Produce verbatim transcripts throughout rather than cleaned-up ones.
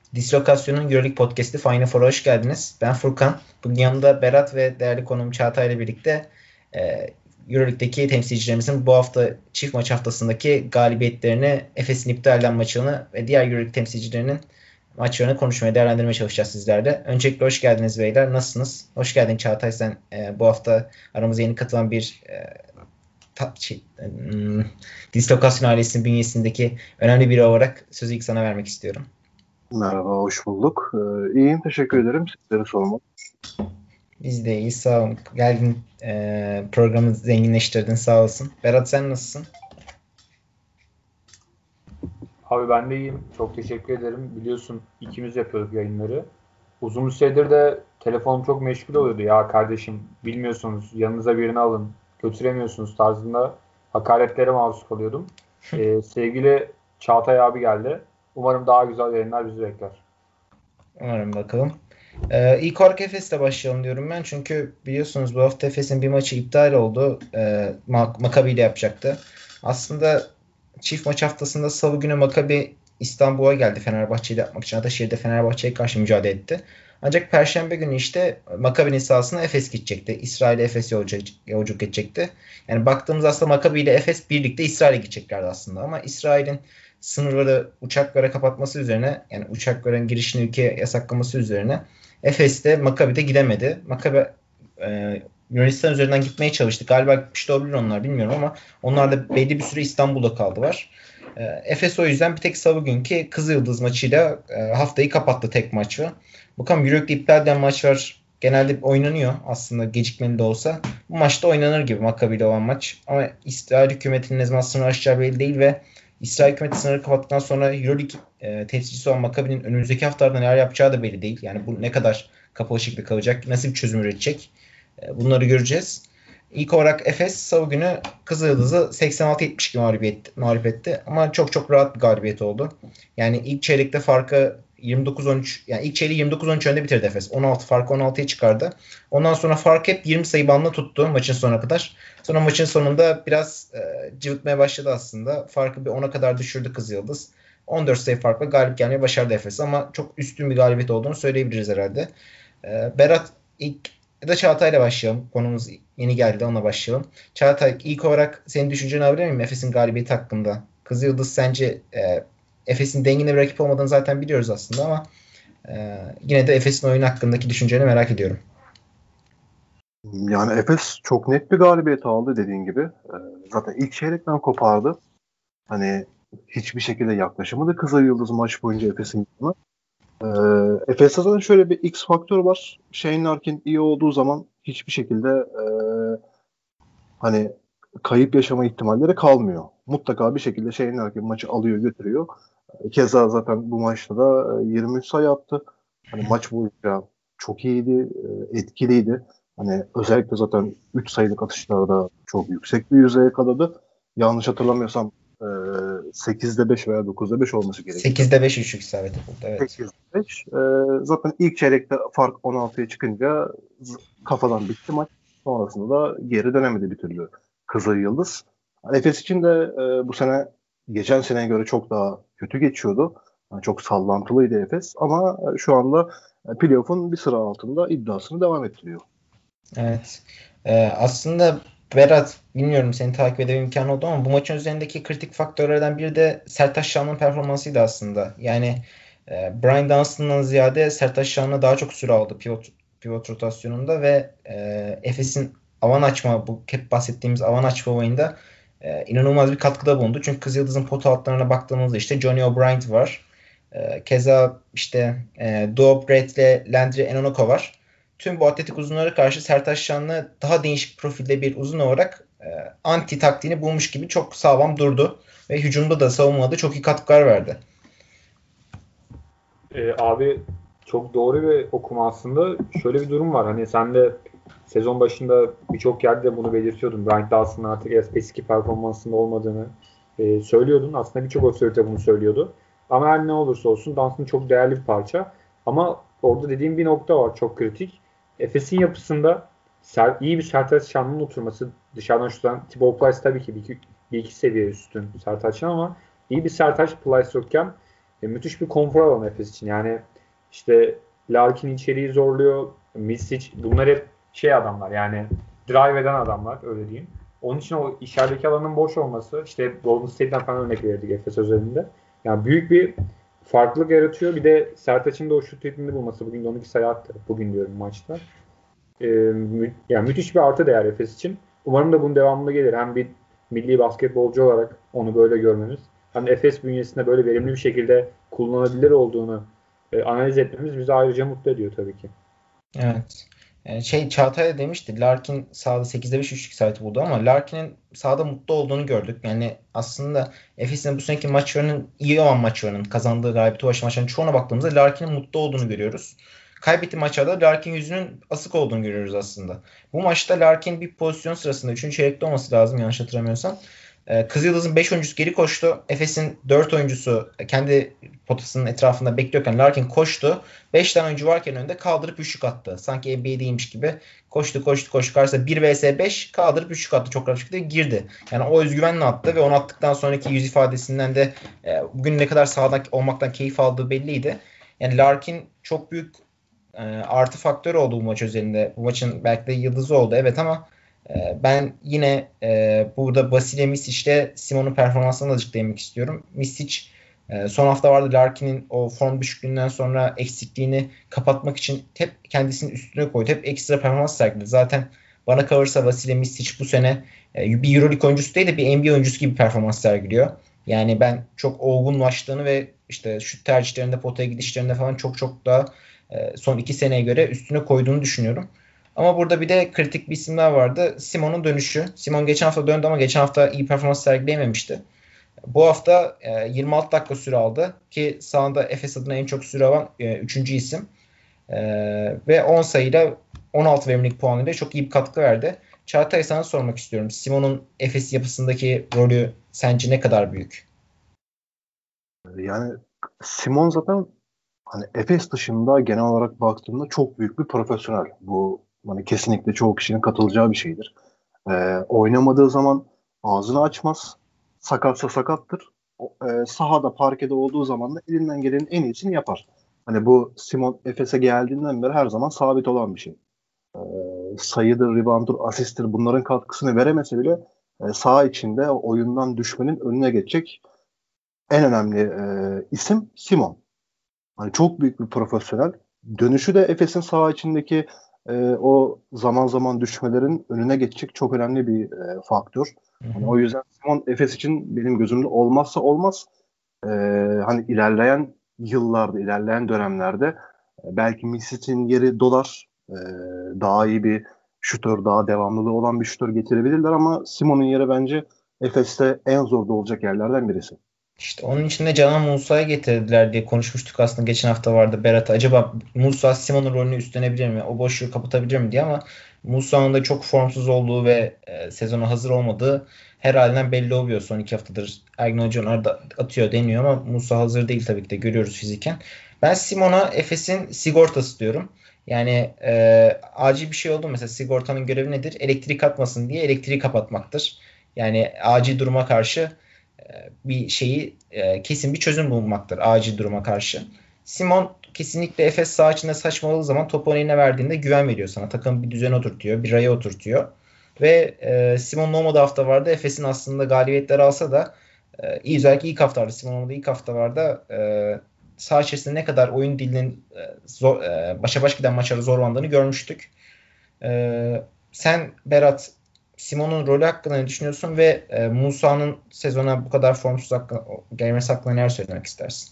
Dislokasyon'un Euroleague Podcast'i Final Four'a hoş geldiniz. Ben Furkan. Bugün yanımda Berat ve değerli konuğum Çağatay ile birlikte e, Euroleague'deki temsilcilerimizin bu hafta çift maç haftasındaki galibiyetlerini, Efes'in iptal eden maçını ve diğer Euroleague temsilcilerinin maçlarını konuşmaya, değerlendirmeye çalışacağız sizlerle. Öncelikle hoş geldiniz beyler. Nasılsınız? Hoş geldin Çağatay. Sen e, bu hafta aramıza yeni katılan bir e, ta, şey, hmm, Dislokasyon ailesinin bünyesindeki önemli biri olarak sözü ilk sana vermek istiyorum. Merhaba, hoş bulduk. Ee, iyiyim, teşekkür ederim. Sizleri sormak. Biz de iyi, sağ olun. Geldin, e, programı zenginleştirdin, sağ olsun. Berat sen nasılsın? Abi ben de iyiyim. Çok teşekkür ederim. Biliyorsun ikimiz yapıyorduk yayınları. Uzun bir süredir de telefonum çok meşgul oluyordu. Ya kardeşim bilmiyorsunuz yanınıza birini alın. Götüremiyorsunuz tarzında hakaretlere maruz kalıyordum. Ee, sevgili Çağatay abi geldi. Umarım daha güzel yayınlar bizi bekler. Umarım bakalım. Ee, ilk olarak Efes'le başlayalım diyorum ben. Çünkü biliyorsunuz bu hafta Efes'in bir maçı iptal oldu. Ee, Maccabi ile yapacaktı. Aslında çift maç haftasında Salı günü Maccabi İstanbul'a geldi Fenerbahçe ile yapmak için. Ataşehir'de Fenerbahçe'ye karşı mücadele etti. Ancak Perşembe günü işte Maccabi'nin sahasına Efes gidecekti. İsrail'e Efes yolculuk, yolculuk edecekti. Yani baktığımız aslında Maccabi ile Efes birlikte İsrail'e gideceklerdi aslında. Ama İsrail'in sınırları uçaklara kapatması üzerine, yani uçakların girişini ülkeye yasaklaması üzerine Efes'te Maccabi'de gidemedi. Maccabi e, Yunanistan üzerinden gitmeye çalıştı. Galiba gitmiş de olabilir onlar, bilmiyorum ama onlar da belli bir süre İstanbul'da kaldılar. E, Efes o yüzden bir tek Salı günkü Kızılyıldız maçıyla e, haftayı kapattı, tek maçı. Bakalım, Euroleague'de iptal edilen maçlar genelde oynanıyor aslında, gecikmeli de olsa. Bu maçta oynanır gibi Maccabi'yle olan maç. Ama İsrail hükümetinin ne zaman sınır aşacağı belli değil ve İsrail hükümeti sınırı kapattıktan sonra Euroleague e, temsilcisi olan Maccabi'nin önümüzdeki haftalarda neler yapacağı da belli değil. Yani bu ne kadar kapalı şekilde kalacak, nasıl bir çözüm üretecek, e, bunları göreceğiz. İlk olarak Efes Salı günü Kızılyıldız'ı seksen altı yetmiş iki mağlup etti, mağlup etti. Ama çok çok rahat bir galibiyet oldu. Yani ilk çeyrekte farkı yirmi dokuz on üç, yani ilk çeyreği yirmi dokuz on üç önde bitirdi Efes. on altı farkı on altıya çıkardı. Ondan sonra fark hep yirmi sayı bandında tuttu maçın sonuna kadar. Sonra maçın sonunda biraz e, cıvıtmaya başladı aslında. Farkı bir ona kadar düşürdü Kızılyıldız. on dört sayı farkla galip gelmeyi başardı Efes, ama çok üstün bir galibiyet olduğunu söyleyebiliriz herhalde. E, Berat ilk ya da Çağatay'la başlayalım. Konumuz yeni geldi, ona başlayalım. Çağatay, ilk olarak senin düşünceni alabilir miyim Efes'in galibiyeti hakkında? Kızılyıldız sence e, Efes'in denginde bir rakip olmadığını zaten biliyoruz aslında, ama e, yine de Efes'in oyun hakkındaki düşünceni merak ediyorum. Yani Efes çok net bir galibiyet aldı dediğin gibi. Ee, zaten ilk çeyrekten kopardı. Hani hiçbir şekilde yaklaşamadı Kızılyıldız maç boyunca Efes'in yanına. Ee, Efes'te zaten şöyle bir X faktör var. Shane Larkin iyi olduğu zaman hiçbir şekilde e, hani kayıp yaşama ihtimalleri kalmıyor. Mutlaka bir şekilde Shane Larkin maçı alıyor, götürüyor. Keza zaten bu maçta da yirmi üç sayı attı. Hani maç boyunca çok iyiydi, etkiliydi. Hani özellikle zaten üç sayılık atışlarda çok yüksek bir yüzeye yakaladı. Yanlış hatırlamıyorsam sekizde beş veya dokuzda beş olması gerekiyor. sekizde beş üçlük isabet yapıldı. Evet. sekizde beş. Zaten ilk çeyrekte fark on altıya çıkınca kafadan bitti maç. Sonrasında da geri dönemedi bir türlü Kızılyıldız. Efes için de bu sene geçen seneye göre çok daha kötü geçiyordu. Yani çok sallantılıydı Efes, ama şu anda playoff'un bir sıra altında iddiasını devam ettiriyor. Evet. Ee, aslında Berat, bilmiyorum seni takip edebilme imkanı oldu ama bu maçın üzerindeki kritik faktörlerden biri de Sertaç Şanlı'nın performansıydı aslında. Yani e, Brian Dunstan'dan ziyade Sertaç Şanlı daha çok süre aldı pivot, pivot rotasyonunda ve e, Efes'in avan açma, bu hep bahsettiğimiz avan açma oyunda e, inanılmaz bir katkıda bulundu. Çünkü Kızıldız'ın pot altlarına baktığımızda işte Johnny O'Brien var. E, keza işte e, Doop Red ile Landry Enonoko var. Tüm bu atletik uzunlara karşı Sertaç Şanlı daha değişik profilde bir uzun olarak e, anti taktiğini bulmuş gibi çok sağlam durdu. Ve hücumda da savunmada çok iyi katkılar verdi. Ee, abi çok doğru bir okuma aslında. Şöyle bir durum var. Hani sen de sezon başında birçok yerde bunu belirtiyordun. Brian Dawson'ın artık eski performansında olmadığını e, söylüyordun. Aslında birçok otorite bunu söylüyordu. Ama her ne olursa olsun Dawson çok değerli bir parça. Ama orada dediğim bir nokta var. Çok kritik. Efes'in yapısında ser, iyi bir Sertaç Şanlı'nın oturması, dışarıdan şuradan Thibaut Plyce tabii ki bir iki, bir iki seviye üstün Sertaç Şan, ama iyi bir Sertaç Plyce yokken E, müthiş bir konfor alanı Efes için. Yani işte Larkin içeriği zorluyor. Misic, bunlar hep şey adamlar yani drive eden adamlar öyle diyeyim. Onun için o içerideki alanın boş olması, işte Golden State'den falan örnek verirdik Efes özelinde. Yani büyük bir farklılık yaratıyor. Bir de Sertaç'ın da o şut ritmini bulması. Bugün de on iki sayı attı. Bugün diyorum maçta. Ee, mü- yani müthiş bir artı değer Efes için. Umarım da bunun devamında gelir. Hem bir milli basketbolcu olarak onu böyle görmemiz, hem de Efes bünyesinde böyle verimli bir şekilde kullanılabilir olduğunu e, analiz etmemiz bizi ayrıca mutlu ediyor tabii ki. Evet. Yani şey Çağatay da demişti. Larkin sahada sekizde beş üçlük isabeti buldu ama Larkin'in sahada mutlu olduğunu gördük. Yani aslında Efes'in bu seneki maçlarının iyi olan maçlarının kazandığı galibiyet ulaşan maçların çoğuna baktığımızda Larkin'in mutlu olduğunu görüyoruz. Kaybettiği maçlarda Larkin yüzünün asık olduğunu görüyoruz aslında. Bu maçta Larkin bir pozisyon sırasında üçüncü çeyrekte olması lazım yanlış hatırlamıyorsam. Ee, Kızıldız'ın beş oyuncusu geri koştu. Efes'in dört oyuncusu kendi potasının etrafında bekliyorken Larkin koştu. beş tane oyuncu varken önünde kaldırıp üçlük attı. Sanki N B A'deymiş gibi. Koştu koştu koştu. Karşısında bir vs beş kaldırıp üçlük attı. Çok rahat şekilde girdi. Yani o özgüvenle attı ve onu attıktan sonraki yüz ifadesinden de e, bugün ne kadar sahada olmaktan keyif aldığı belliydi. Yani Larkin çok büyük e, artı faktör oldu bu maç özelinde. Bu maçın belki de yıldızı oldu. Evet ama e, ben yine e, burada Vasilya Misic'le Simon'un performansını azıcık değinmek istiyorum. Misic e, son hafta vardı Larkin'in o form düşüklüğünden sonra eksikliğini kapatmak için hep kendisinin üstüne koydu. Hep ekstra performans sergiledi. Zaten bana kalırsa Vasilya Misic bu sene e, bir Euroleague oyuncusu değil de bir N B A oyuncusu gibi performans sergiliyor. Yani ben çok olgunlaştığını ve işte şut tercihlerinde, potaya gidişlerinde falan çok çok daha e, son iki seneye göre üstüne koyduğunu düşünüyorum. Ama burada bir de kritik bir isim daha vardı. Simon'un dönüşü. Simon geçen hafta döndü ama geçen hafta iyi performans sergileyememişti. Bu hafta e, yirmi altı dakika süre aldı ki sahada Efes adına en çok süre alan e, üçüncü isim. E, ve on sayıyla on altı verimlilik puanıyla çok iyi bir katkı verdi. Çağatay sana sormak istiyorum. Simon'un Efes yapısındaki rolü sence ne kadar büyük? Yani Simon zaten hani Efes dışında genel olarak baktığımda çok büyük bir profesyonel. Bu hani kesinlikle çoğu kişinin katılacağı bir şeydir. Ee, oynamadığı zaman ağzını açmaz. Sakatsa sakattır. O, e, sahada parkede olduğu zaman da elinden gelenin en iyisini yapar. Hani bu Simon Efes'e geldiğinden beri her zaman sabit olan bir şey. Ee, sayıdır, reboundur, asisttir bunların katkısını veremese bile e, saha içinde oyundan düşmenin önüne geçecek en önemli e, isim Simon. Hani çok büyük bir profesyonel. Dönüşü de Efes'in saha içindeki e, o zaman zaman düşmelerin önüne geçecek çok önemli bir e, faktör. Hı Hani hı. o yüzden Simon Efes için benim gözümde olmazsa olmaz. E, hani ilerleyen yıllarda, ilerleyen dönemlerde e, belki Misic'in yeri dolar. E, daha iyi bir şutör, daha devamlılığı olan bir şutör getirebilirler ama Simon'un yeri bence Efes'te en zorda olacak yerlerden birisi. İşte onun için de Canan Musa'yı getirdiler diye konuşmuştuk aslında geçen hafta vardı Berat. Acaba Musa Simon'un rolünü üstlenebilir mi? O boşluğu kapatabilir mi diye ama Musa'nın da çok formsuz olduğu ve e, sezona hazır olmadığı her halinden belli oluyor. Son iki haftadır Ergin Hoca onları da atıyor deniyor ama Musa hazır değil tabii ki de görüyoruz fiziken. Ben Simon'a Efes'in sigortası diyorum. Yani e, acil bir şey oldu mesela sigortanın görevi nedir? Elektrik atmasın diye elektriği kapatmaktır. Yani acil duruma karşı bir şeyi e, kesin bir çözüm bulmaktır acil duruma karşı. Simon kesinlikle Efes saha içinde saçmaladığı zaman topu eline verdiğinde güven veriyor sana. Takım bir düzen oturtuyor, bir raya oturtuyor. Ve e, Simon'un olmadığı hafta vardı. Efes'in aslında galibiyetleri alsa da e, iyi özellikle ilk haftalarda Simon olmadığı ilk haftalarda e, saha içerisinde ne kadar oyun dilinin e, zor, e, başa baş giden maçları zorlandığını görmüştük. E, sen Berat Simon'un rolü hakkında ne düşünüyorsun ve e, Musa'nın sezona bu kadar formsuz hakkında, gelmesi hakkında neler söylemek istersin?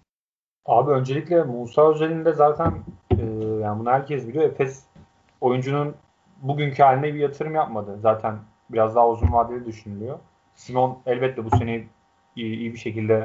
Abi öncelikle Musa özelinde zaten e, yani bunu herkes biliyor. Efes oyuncunun bugünkü haline bir yatırım yapmadı. Zaten biraz daha uzun vadeli düşünülüyor. Simon elbette bu sene iyi, iyi bir şekilde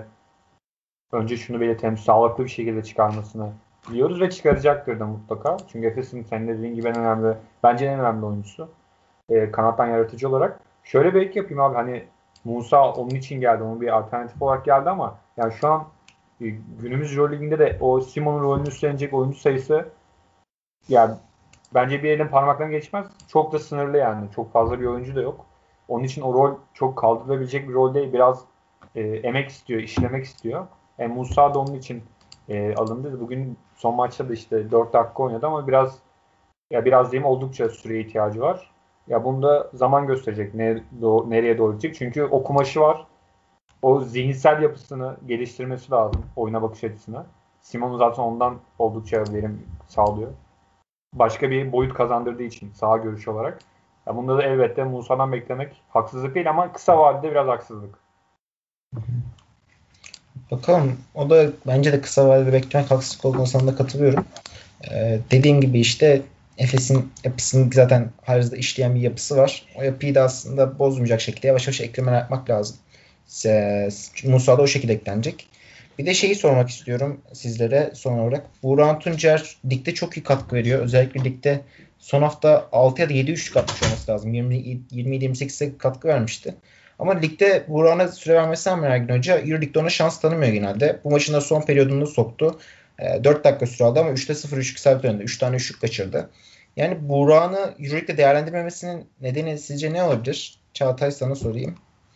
önce şunu belirtelim sağlıklı bir şekilde çıkarmasını biliyoruz ve çıkaracaktır da mutlaka. Çünkü Efes'in senin dediğin gibi en önemli, bence en önemli oyuncusu. E, kanattan yaratıcı olarak. Şöyle bir ek yapayım abi hani Musa onun için geldi. Onun bir alternatif olarak geldi ama yani şu an e, günümüz Euro Ligi'nde de o Simon'un rolünü üstlenecek oyuncu sayısı yani bence bir elin parmaklarına geçmez. Çok da sınırlı yani. Çok fazla bir oyuncu da yok. Onun için o rol çok kaldırılabilecek bir rol değil. Biraz e, emek istiyor, işlemek istiyor. E, Musa da onun için e, alındı. Bugün son maçta da işte dört dakika oynadı ama biraz ya biraz diyeyim oldukça süreye ihtiyacı var. Ya bunu da zaman gösterecek ne, do, nereye doğru gidecek. Çünkü o kumaşı var. O zihinsel yapısını geliştirmesi lazım. Oyuna bakış açısına. Simon zaten ondan oldukça verim sağlıyor. Başka bir boyut kazandırdığı için saha görüşü olarak. Ya bunda da elbette Musa'dan beklemek haksızlık değil ama kısa vadede biraz haksızlık. Bakalım. O da bence de kısa vadede beklemek haksızlık olduğunu sana da katılıyorum. Ee, dediğim gibi işte Efes'in yapısının zaten harizde işleyen bir yapısı var. O yapıyı da aslında bozmayacak şekilde yavaş yavaş eklemeler yapmak lazım. Musa da o şekilde eklenecek. Bir de şeyi sormak istiyorum sizlere son olarak. Buğra Tuncer ligde çok iyi katkı veriyor. Özellikle ligde son hafta altı ya da yedi üçlük atmış olması lazım. yirmi yedi yirmi sekize katkı vermişti. Ama ligde Buğra'na süre vermesine rağmen Ergin Hoca Euroleague'de ona şans tanımıyor genelde. Bu maçın da son periyodunu soktu. E, dört dakika süre aldı ama üçte sıfır üçlük sabit önünde. üç tane üçlük kaçırdı. Yani Buğra'nı Euroleague'de değerlendirmemesinin nedeni sizce ne olabilir? Çağatay sana sorayım.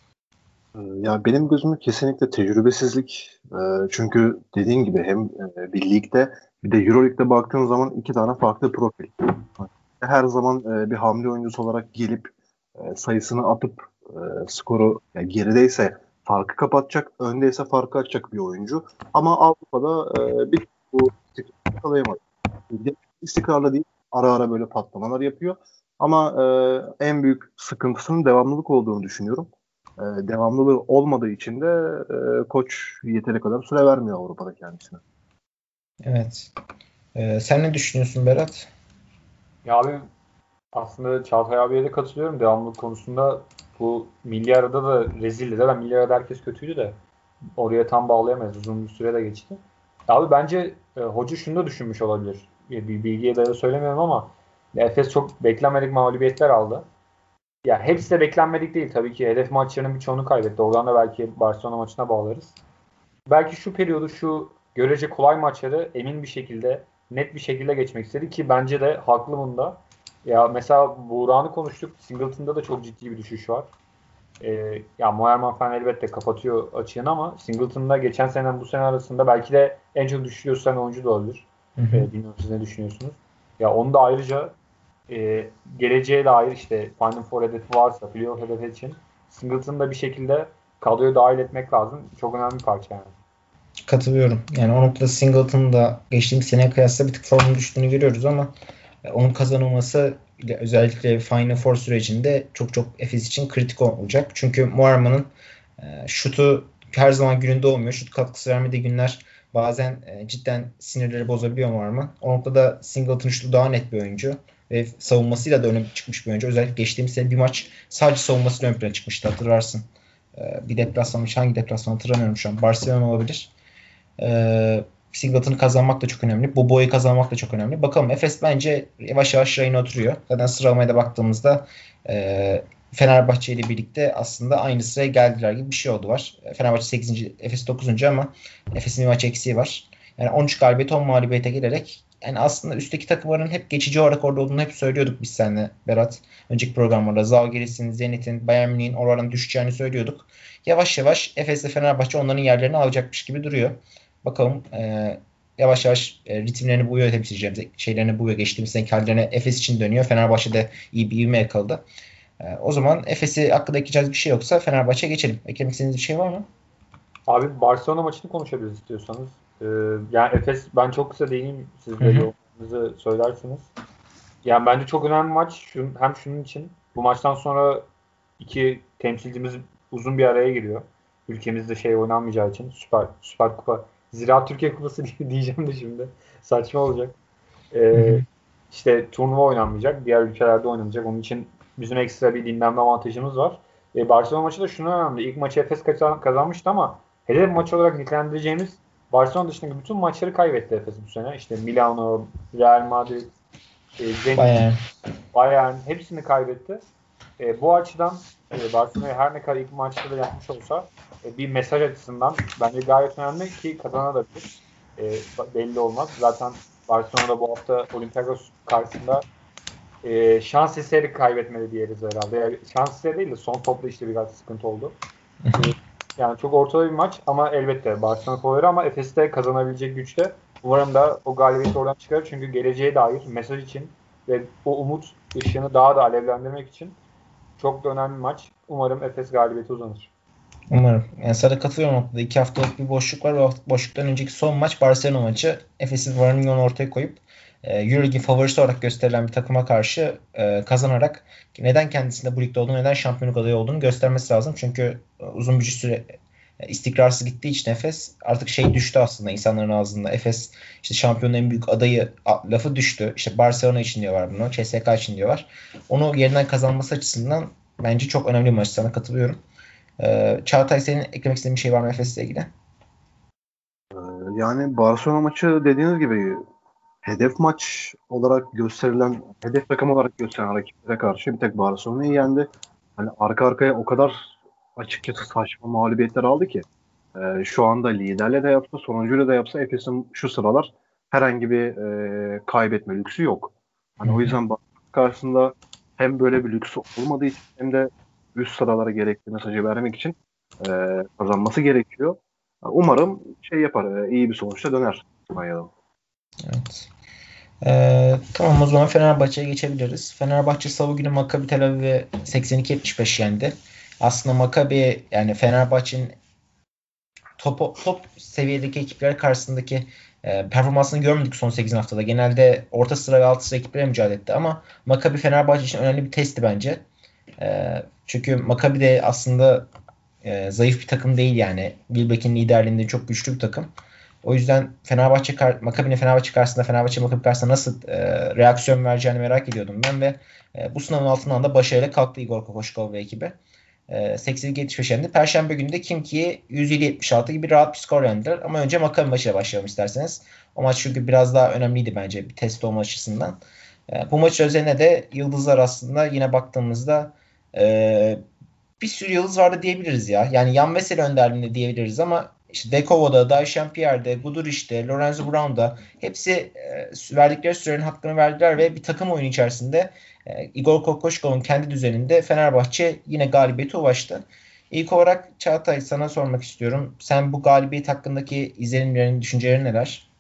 Ya benim gözümde kesinlikle tecrübesizlik. Ee, çünkü dediğin gibi hem e, bir ligde bir de Euroleague'de baktığın zaman iki tane farklı profil. Her zaman e, bir hamle oyuncusu olarak gelip e, sayısını atıp e, skoru yani gerideyse farkı kapatacak, öndeyse farkı açacak bir oyuncu. Ama Avrupa'da e, bir bu istikrarı yakalayamadı. İstikrarlı değil, ara ara böyle patlamalar yapıyor. Ama e, en büyük sıkıntısının devamlılık olduğunu düşünüyorum. E, devamlılığı olmadığı için de e, koç yeteri kadar süre vermiyor Avrupa'da kendisine. Evet. Ee, sen ne düşünüyorsun Berat? Ya abi aslında Çağatay abiye de katılıyorum. Devamlılık konusunda bu milli arada da rezildi. Zaten milli arada herkes kötüydü de oraya tam bağlayamayız. Uzun bir süre de geçti. Abi bence e, hoca şunu da düşünmüş olabilir. Bir, bir bilgiye dayalı söylemiyorum ama Efes çok beklenmedik mağlubiyetler aldı. Ya hepsi de beklenmedik değil. Tabii ki hedef maçlarının birçoğunu kaybetti. Oradan da belki Barcelona maçına bağlarız. Belki şu periyodu, şu görece kolay maçları emin bir şekilde, net bir şekilde geçmek istedi ki bence de haklı bunda. Ya mesela Buğra'nı konuştuk. Singleton'da da çok ciddi bir düşüş var. Ee, ya Moerman falan elbette kapatıyor açığını ama Singleton'da geçen sene bu sene arasında belki de en çok düşürüyorsan oyuncu da olabilir. Hı hı. Ee, bilmiyorum siz ne düşünüyorsunuz? Ya onu da ayrıca e, geleceğe dair işte Final Four hedefi varsa playoff hedefi için Singleton'ı da bir şekilde kadroya dahil etmek lazım. Çok önemli bir parça yani. Katılıyorum. Yani o noktada Singleton'ın da geçtiğimiz seneye kıyasla bir tık formun düştüğünü görüyoruz ama onun kazanılması özellikle Final Four sürecinde çok çok Efes için kritik olacak. Çünkü Moerman'ın e, şutu her zaman gününde olmuyor. Şut katkısı vermediği günler bazen e, cidden sinirleri bozabiliyor Moerman. O noktada Singleton şutu daha net bir oyuncu ve savunmasıyla da öne çıkmış bir oyuncu. Özellikle geçtiğimiz sene bir maç sadece savunmasıyla ön plana çıkmıştı, hatırlarsın. E, bir deplasman, hangi deplasman hatırlamıyorum şu an. Barcelona olabilir. Ee, Singleton'ı kazanmak da çok önemli. Bobo'yu kazanmak da çok önemli. Bakalım Efes bence yavaş yavaş rayına oturuyor. Zaten sıralamaya da baktığımızda e, Fenerbahçe ile birlikte aslında aynı sıraya geldiler gibi bir şey oldu var. Fenerbahçe sekizinci, Efes dokuzuncu ama Efes'in bir maç eksiği var. Yani on üç galibiyet on mağlubiyete gelerek yani aslında üstteki takımların hep geçici olarak orada olduğunu hep söylüyorduk biz seninle Berat. Önceki programlarda Zalgiris'in, Zenit'in, Bayern Münih'in oraların düşeceğini söylüyorduk. Yavaş yavaş Efes ile Fenerbahçe onların yerlerini alacakmış gibi duruyor. Bakalım e, yavaş yavaş e, ritimlerini buluyor temsilcilerimize. Şeylerini buluyor. Geçtiğimiz seneki hallerine Efes için dönüyor. Fenerbahçe'de iyi bir ivme yakaladı. E, o zaman Efes'i hakkında ekleyeceğiz bir şey yoksa Fenerbahçe'ye geçelim. Eklemek istediğiniz bir şey var mı? Abi Barcelona maçını konuşabiliriz istiyorsanız. Ee, yani Efes ben çok kısa değineyim. Siz de yorumunuzu söylersiniz. Yani bence çok önemli maç. Şun, hem şunun için bu maçtan sonra iki temsilcimiz uzun bir araya giriyor. Ülkemizde şey oynanmayacağı için Süper Süper Kupa. Ziraat Türkiye Kupası diyeceğim de şimdi. Saçma olacak. Ee, işte turnuva oynanmayacak. Diğer ülkelerde oynanacak. Onun için bizim ekstra bir dinlenme avantajımız var. Ee, Barcelona maçı da şunu önemli. İlk maçı Efes kazan, kazanmıştı ama hedef maç olarak nitelendireceğimiz Barcelona dışındaki bütün maçları kaybetti Efes bu sene. İşte Milano, Real Madrid, e, Bayern. Bayern hepsini kaybetti. E, bu açıdan e, Barcelona'ya her ne kadar ilk maçta da yapmış olsa e, bir mesaj açısından bence gayet önemli ki kazanabilir. E, belli olmaz. Zaten Barcelona'da bu hafta Olympiakos karşısında e, şans eseri kaybetmedi diyeriz herhalde. Yani şans eseri değil de son topla işte biraz sıkıntı oldu. E, Yani çok ortada bir maç ama elbette Barcelona favori ama Efes de kazanabilecek güçte. Umarım da o galibiyeti oradan çıkarır. Çünkü geleceğe dair mesaj için ve o umut ışığını daha da alevlendirmek için çok da önemli bir maç. Umarım Efes galibiyeti uzanır. Umarım. Yani sana katılıyorum o noktada. İki haftalık bir boşluk var. O boşluktan önceki son maç Barcelona maçı. Efes'in Varanignon'u ortaya koyup e, Euroleague'in favorisi olarak gösterilen bir takıma karşı e, kazanarak neden kendisinde bu ligde olduğunu, neden şampiyonluk adayı olduğunu göstermesi lazım. Çünkü e, uzun bir süre e, istikrarsız gittiği için Efes artık şey düştü aslında insanların ağzında. Efes işte şampiyonun en büyük adayı a, lafı düştü. İşte Barcelona için diyorlar bunu. C S K için diyorlar. Onu yeniden kazanması açısından bence çok önemli bir maç. Sana katılıyorum. Ee, Çağatay, senin eklemek istediğin bir şey var mı Efes'le ilgili? Ee, Yani Barcelona maçı dediğiniz gibi hedef maç olarak gösterilen, hedef takım olarak gösterilen rakiplere karşı bir tek Barcelona'yı yendi. Hani arka arkaya o kadar açıkçası saçma mağlubiyetler aldı ki e, şu anda liderle de yapsa, sonuncuyla da yapsa Efes'in şu sıralar herhangi bir e, kaybetme lüksü yok. Hani o yüzden Barcelona karşısında hem böyle bir lüksü olmadığı için hem de üst sıralara gerekli mesajı vermek için e, kazanması gerekiyor. Umarım şey yapar, e, iyi bir sonuçta döner. Bayalım. Evet. Ee, tamam, o zaman Fenerbahçe'ye geçebiliriz. Fenerbahçe Salı günü Maccabi Tel Aviv'i seksen iki yetmiş beş yendi. Aslında Maccabi, yani Fenerbahçe'nin top, top seviyedeki ekipler karşısındaki e, performansını görmedik son sekiz haftada. Genelde orta sıra ve alt sıra ekiplere mücadele etti ama Maccabi Fenerbahçe için önemli bir testti bence. E, çünkü Maccabi de aslında e, zayıf bir takım değil yani. Wilbeck'in liderliğinde çok güçlü bir takım. O yüzden Fenerbahçe Maccabi'nin Fenerbahçe karşısında, Fenerbahçe Maccabi karşısında nasıl e, reaksiyon vereceğini merak ediyordum ben ve e, bu sınavın altından da başarıyla kalktı Igor Kokoşkov ve ekibi. E, seksen iki yetmiş beş yendi. Perşembe günü de Khimki'yi yüz yedi yetmiş altı gibi rahat bir skor yendiler. Ama önce Maccabi maçıyla başlayalım isterseniz. O maç çünkü biraz daha önemliydi bence bir test olma açısından. E, bu maç özeline de yıldızlar aslında yine baktığımızda e, bir sürü yıldız vardı diyebiliriz ya. Yani Jan Veseli önderliğinde diyebiliriz ama işte Dekova'da, Daishen Pierre'de, Guduric'de, Lorenzo Brown'da hepsi e, verdikleri sürenin hakkını verdiler ve bir takım oyunu içerisinde e, Igor Kokoşkov'un kendi düzeninde Fenerbahçe yine galibiyete ulaştı. İlk olarak Çağatay, sana sormak istiyorum. Sen bu galibiyet hakkındaki izlenimlerin, düşüncelerin neler?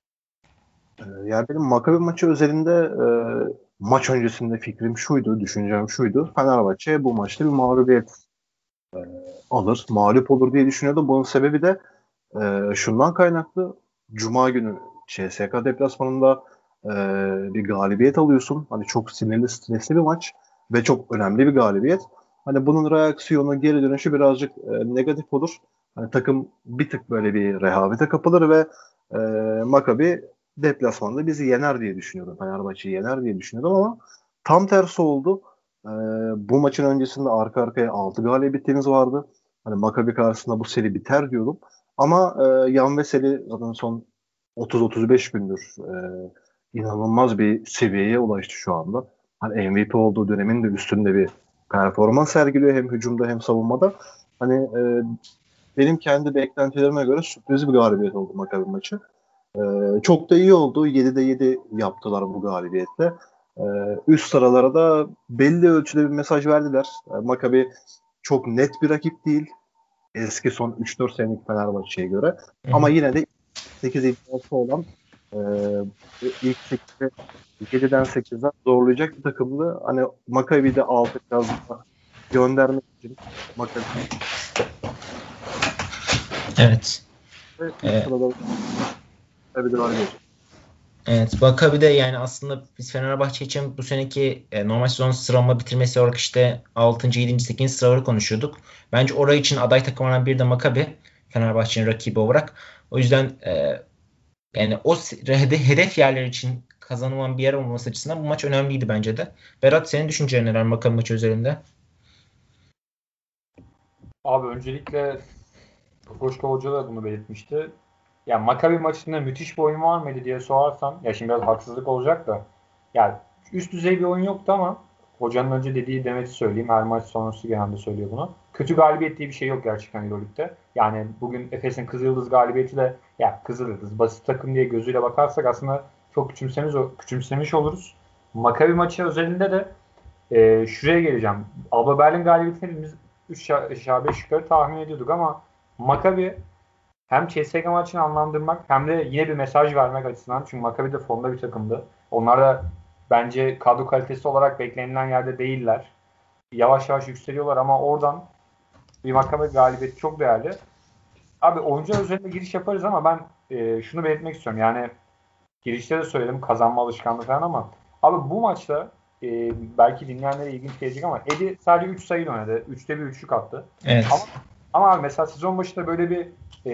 Ee, Yani benim Maccabi maçı özelinde e, maç öncesinde fikrim şuydu, düşüncem şuydu. Fenerbahçe bu maçta bir mağlubiyet e, alır, mağlup olur diye düşünüyordum. Bunun sebebi de e, şundan kaynaklı. Cuma günü C S K deplasmanında e, bir galibiyet alıyorsun. Hani çok sinirli, stresli bir maç ve çok önemli bir galibiyet. Hani bunun reaksiyonu, geri dönüşü birazcık e, negatif olur. Hani takım bir tık böyle bir rehavete kapılır ve e, Maccabi deplasmanda bizi yener diye düşünüyordum. Fenerbahçe'yi yener diye düşünüyordum ama tam tersi oldu. E, Bu maçın öncesinde arka arkaya altı galibiyetimiz vardı. Hani Maccabi karşısında bu seri biter diyordum. Ama e, Yan Veseli zaten son otuz otuz beş gündür e, inanılmaz bir seviyeye ulaştı şu anda. Hani M V P olduğu dönemin de üstünde bir performans sergiliyor hem hücumda hem savunmada. Hani e, benim kendi beklentilerime göre sürpriz bir galibiyet oldu Maccabi maçı. E, Çok da iyi oldu. yedide yedi yaptılar bu galibiyetle. E, Üst sıralara da belli ölçüde bir mesaj verdiler. E, Maccabi çok net bir rakip değil. Eski son üç dört senelik Fenerbahçe'ye göre. Hı Ama hı. yine de sekiz iddiası olan e, ilk sekize yediden sekize zorlayacak bir takımdı. Hani Maccabi'de altı biraz daha göndermek için Maccabi'yi Evet. üst Ee, sırada tabii de var gelecek. Evet, Maccabi de yani aslında biz Fenerbahçe için bu seneki e, normal sezon sıralama bitirmesi olarak işte altıncı. yedinci. sekizinci sıraları konuşuyorduk. Bence orayı için aday takımlardan biri de Maccabi, Fenerbahçe'nin rakibi olarak. O yüzden e, yani o se- hede- hedef yerler için kazanılan bir yer olması açısından bu maç önemliydi bence de. Berat, senin düşüncelerin neler Maccabi maçı üzerinde? Abi öncelikle Kokoşko Hoca da bunu belirtmişti. Ya Maccabi maçında müthiş bir oyun var mıydı diye sorarsan, ya şimdi biraz haksızlık olacak da, yani üst düzey bir oyun yoktu ama hocanın önce dediği demeti söyleyeyim. Her maç sonrası genelde söylüyor bunu. Kötü galibiyet diye bir şey yok gerçekten Euroleague'de. Yani bugün Efes'in Kızıldız galibiyeti de, ya Kızıldız basit takım diye gözüyle bakarsak aslında çok küçümsemiş, küçümsemiş oluruz. Maccabi maçı özelinde de e, şuraya geleceğim. Alba Berlin galibiyetini hepimiz üç aşağı beş yukarı tahmin ediyorduk ama Maccabi hem C S G A maçını anlandırmak hem de yine bir mesaj vermek açısından, çünkü Maccabi de formda bir takımdı. Onlar da bence kadro kalitesi olarak beklenilen yerde değiller. Yavaş yavaş yükseliyorlar ama oradan bir Maccabi galibiyeti çok değerli. Abi oyuncular üzerinde giriş yaparız ama ben e, şunu belirtmek istiyorum. Yani girişte de söyledim kazanma alışkanlığı falan ama abi bu maçta e, belki dinleyenlere ilginç gelecek ama Eddie sadece üç sayı oynadı. üçte bir üçlük attı. Evet. Ama, ama abi mesela sezon başında böyle bir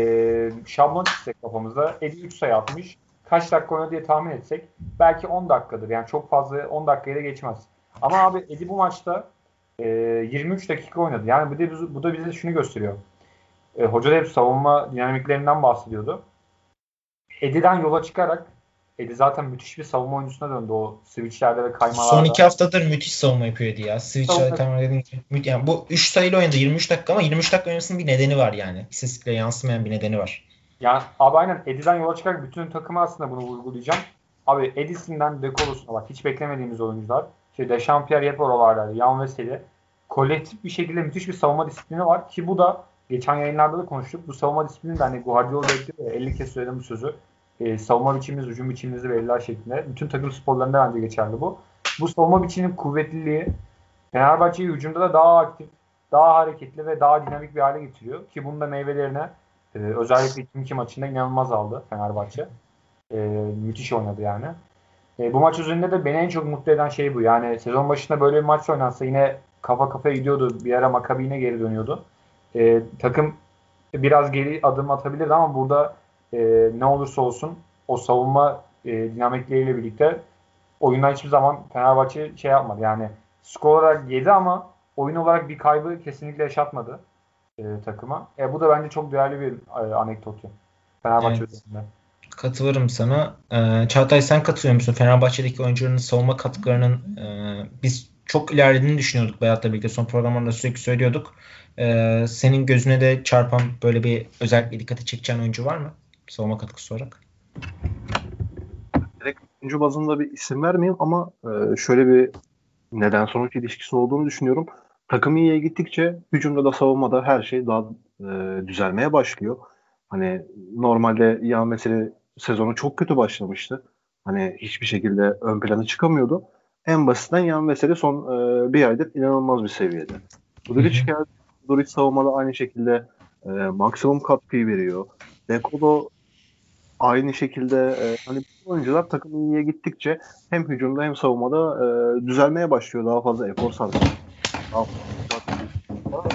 e, şablon çizsek kafamızda. Eddie üç sayı atmış. Kaç dakika oynadı diye tahmin etsek belki on dakikadır. Yani çok fazla on dakikayı da geçmez. Ama abi Eddie bu maçta e, yirmi üç dakika oynadı. Yani bu da, bu da bize şunu gösteriyor. E, hoca da hep savunma dinamiklerinden bahsediyordu. Eddie'den yola çıkarak Eddie zaten müthiş bir savunma oyuncusuna döndü o switchlerde ve kaymalarda. Son iki haftadır müthiş savunma yapıyor Eddie ya. Switchlerde Savunma- kaymalarda dediğim gibi. Yani bu üç sayılı oynadı yirmi üç dakika ama yirmi üç dakika oynamasının bir nedeni var yani. İstatistikle yansımayan bir nedeni var. Yani abi aynen Eddie'den yola çıkarak bütün takımı aslında bunu vurgulayacağım. Abi Eddie'sinden De Colos'una bak. Hiç beklemediğimiz oyuncular. İşte Dechampierre hep oralardaydı. Yan Veseli. Kolektif bir şekilde müthiş bir savunma disiplini var ki bu da geçen yayınlarda da konuştuk. Bu savunma disiplini de hani Guardiola bekliyor ya, elli kez söyledim bu sözü. E, savunma biçimimiz, hücum biçimimizi belirler şeklinde. Bütün takım sporlarında bence geçerli bu. Bu savunma biçiminin kuvvetliliği Fenerbahçe'yi hücumda da daha aktif, daha hareketli ve daha dinamik bir hale getiriyor. Ki bunun da meyvelerine e, özellikle iki iki maçında inanılmaz aldı Fenerbahçe. E, müthiş oynadı yani. E, bu maç üzerinde de beni en çok mutlu eden şey bu. Yani sezon başında böyle bir maç oynansa yine kafa kafaya gidiyordu. Bir ara Maccabi yine geri dönüyordu. E, takım biraz geri adım atabilirdi ama burada e, ne olursa olsun o savunma e, dinamikleriyle birlikte oyundan hiçbir zaman Fenerbahçe şey yapmadı. Yani skor olarak yedi ama oyun olarak bir kaybı kesinlikle yaşatmadı e, takıma. E, bu da bence çok değerli bir e, anekdotu. Fenerbahçe Evet. üzerinde. Katılırım sana. Ee, Çağatay sen katılıyor musun? Fenerbahçe'deki oyuncuların savunma katkılarının e, biz çok ilerlediğini düşünüyorduk Berat'la birlikte. Son programlarda sürekli söylüyorduk. Ee, senin gözüne de çarpan böyle bir özellikle dikkati çekeceğin oyuncu var mı? Savunma katkısı olarak. Direkt oyuncu bazında bir isim vermeyeyim ama e, şöyle bir neden sonuç ilişkisi olduğunu düşünüyorum. Takım iyiye gittikçe hücumda da savunmada her şey daha e, düzelmeye başlıyor. Hani normalde ya mesela sezonu çok kötü başlamıştı. Hani hiçbir şekilde ön plana çıkamıyordu. En basitinden yan mesele son e, bir aydır inanılmaz bir seviyede. Buduric geldi. Buduric savunmada aynı şekilde e, maksimum katkıyı veriyor. Dekolo aynı şekilde e, hani bu oyuncular takım iyiye gittikçe hem hücumda hem savunmada e, düzelmeye başlıyor. Daha fazla efor sarf ediyor. Daha fazla-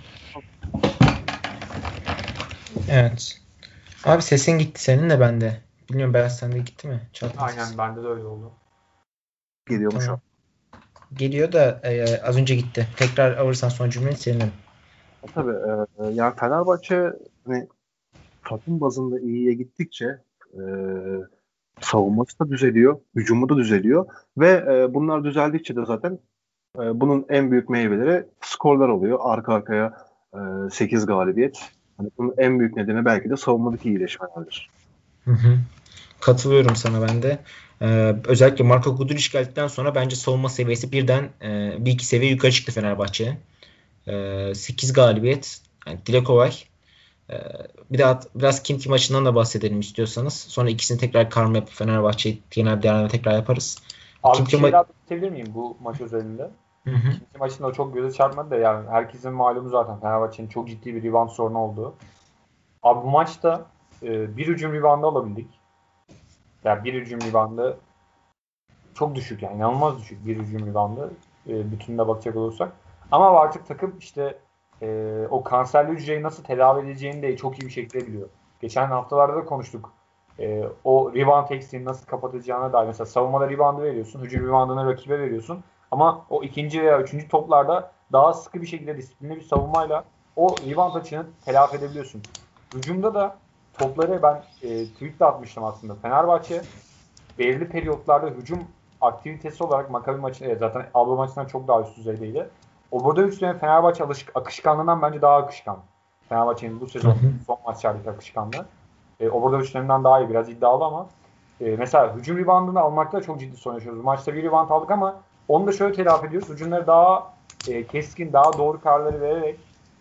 Evet. Abi sesin gitti senin de bende. Bilmiyorum Berat sende gitti mi? Çağatay Aynen sesin. bende de öyle oldu. geliyormuş Tamam. Geliyor da e, az önce gitti. Tekrar alırsan son cümleyi sevinirim. E, tabii e, yani Fenerbahçe hani takım bazında iyiye gittikçe e, savunması da düzeliyor, hücumu da düzeliyor ve e, bunlar düzeldikçe de zaten e, bunun en büyük meyveleri skorlar oluyor. Arka arkaya e, sekiz galibiyet. Hani bunun en büyük nedeni belki de savunmadaki iyileşmelerdir. Hı hı. Katılıyorum sana ben de. Ee, özellikle Marko Guduric geldikten sonra bence savunma seviyesi birden e, bir iki seviye yukarı çıktı Fenerbahçe'ye. Ee, sekiz galibiyet. Yani dile kolay. Ee, bir de at- biraz Kimki maçından da bahsedelim istiyorsanız. Sonra ikisini tekrar karma yapıp Fenerbahçe'yi genel değerlendirme tekrar yaparız. Abi bir Kimki şey ma- daha belirtebilir miyim bu maç özelinde? Hı hı. İkinci maçında o çok göze çarpmadı da yani herkesin malumu zaten Fenerbahçe'nin çok ciddi bir rebound sorunu olduğu. Abi bu maçta e, bir hücum reboundu alabildik. Yani bir hücum reboundu çok düşük yani inanılmaz düşük bir hücum reboundu e, bütününe bakacak olursak. Ama artık takım işte e, o kanserli hücreyi nasıl tedavi edeceğini de çok iyi bir şekilde biliyor. Geçen haftalarda da konuştuk. E, o rebound eksiğini nasıl kapatacağına dair. Mesela savunmada reboundu veriyorsun. Hücum reboundunu rakibe veriyorsun. Ama o ikinci veya üçüncü toplarda daha sıkı bir şekilde disiplinli bir savunmayla o rebound açığını telafi edebiliyorsun. Hücumda da topları ben e, tweet de atmıştım aslında. Fenerbahçe belirli periyotlarda hücum aktivitesi olarak Maccabi maçı zaten Alba maçından çok daha üst düzeydeydi. Obradoviç'lerin Fenerbahçe alışık, akışkanlığından bence daha akışkan. Fenerbahçe'nin bu Hı sezon hı. son maçlardaki akışkanlığı. E, Obradoviç'lerinden daha iyi. Biraz iddialı ama e, mesela hücum reboundını almakta çok ciddi sorun yaşıyoruz. Bu maçta bir rebound aldık ama onu da şöyle telafi ediyoruz. Hücumları daha e, keskin, daha doğru kararları vererek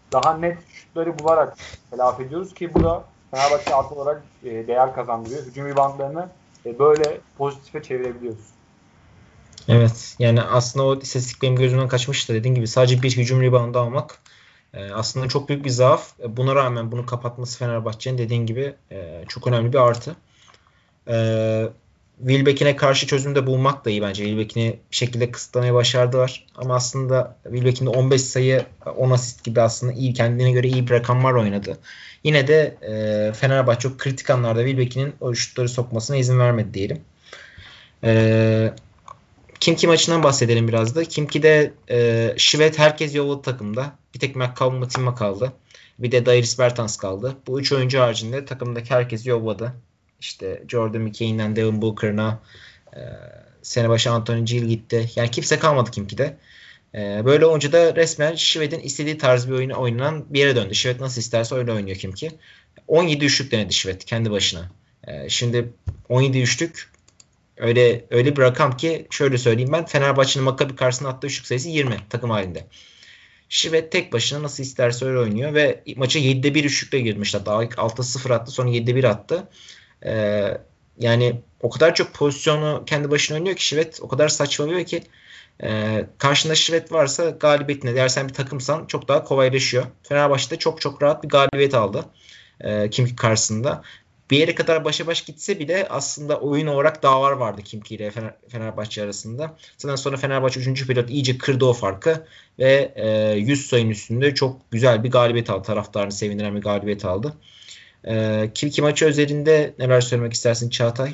daha net şutları bularak telafi ediyoruz ki bu da Fenerbahçe artı olarak e, değer kazandırıyor. Hücum reboundlarını e, böyle pozitife çevirebiliyoruz. Evet. Yani aslında o istatistik benim gözümden kaçmıştı. Dediğin gibi sadece bir hücum reboundu almak e, aslında çok büyük bir zaaf. E, buna rağmen bunu kapatması Fenerbahçe'nin dediğin gibi e, çok önemli bir artı. E, Wilbeck'ine karşı çözüm de bulmak da iyi bence. Wilbeck'ini bir şekilde kısıtlamaya başardılar. Ama aslında Wilbeck'in de on beş sayı on asist gibi aslında iyi, kendine göre iyi bir rakamlar oynadı. Yine de e, Fenerbahçe çok kritik anlarda Wilbeck'inin o şutları sokmasına izin vermedi diyelim. Eee Kimki maçından bahsedelim biraz da. Kimki'de e, Şivet herkes yolladı takımda. Bir tek McCallum Mutimma kaldı. Bir de Dairis Bertans kaldı. Bu üç oyuncu haricinde takımdaki herkes yolladı. İşte Jordan McKay'den Devin Booker'ına e, sene başı Anthony Gill gitti. Yani kimse kalmadı Kimki'de. E, böyle olunca da resmen Şivet'in istediği tarz bir oyunu oynanan bir yere döndü. Şivet nasıl isterse öyle oynuyor Kimki. on yedi üçlük denedi Şivet kendi başına. E, şimdi on yedi üçlük Öyle öyle bir rakam ki şöyle söyleyeyim ben. Fenerbahçe'nin Maccabi karşısında attığı şut sayısı yirmi takım halinde. Şivet tek başına nasıl isterse öyle oynuyor ve maça yedide bir üçlükle girmiş. Hatta ilk altıda sıfır attı, sonra yedide bir attı. Ee, yani o kadar çok pozisyonu kendi başına oynuyor ki Şivet, o kadar saçmalıyor ki e, karşında Şivet varsa galibiyetine, eğer sen bir takımsan çok daha kolaylaşıyor. Fenerbahçe'de çok çok rahat bir galibiyet aldı. E, Kimki karşısında. Bir yere kadar başa baş gitse bile aslında oyun olarak dağlar vardı Kimki ile Fener, Fenerbahçe arasında. Zaten sonra Fenerbahçe üçüncü periyot iyice kırdı o farkı ve e, yüz sayının üstünde çok güzel bir galibiyet aldı. Taraftarını sevindiren bir galibiyet aldı. E, Kimki maçı özelinde neler söylemek istersin Çağatay?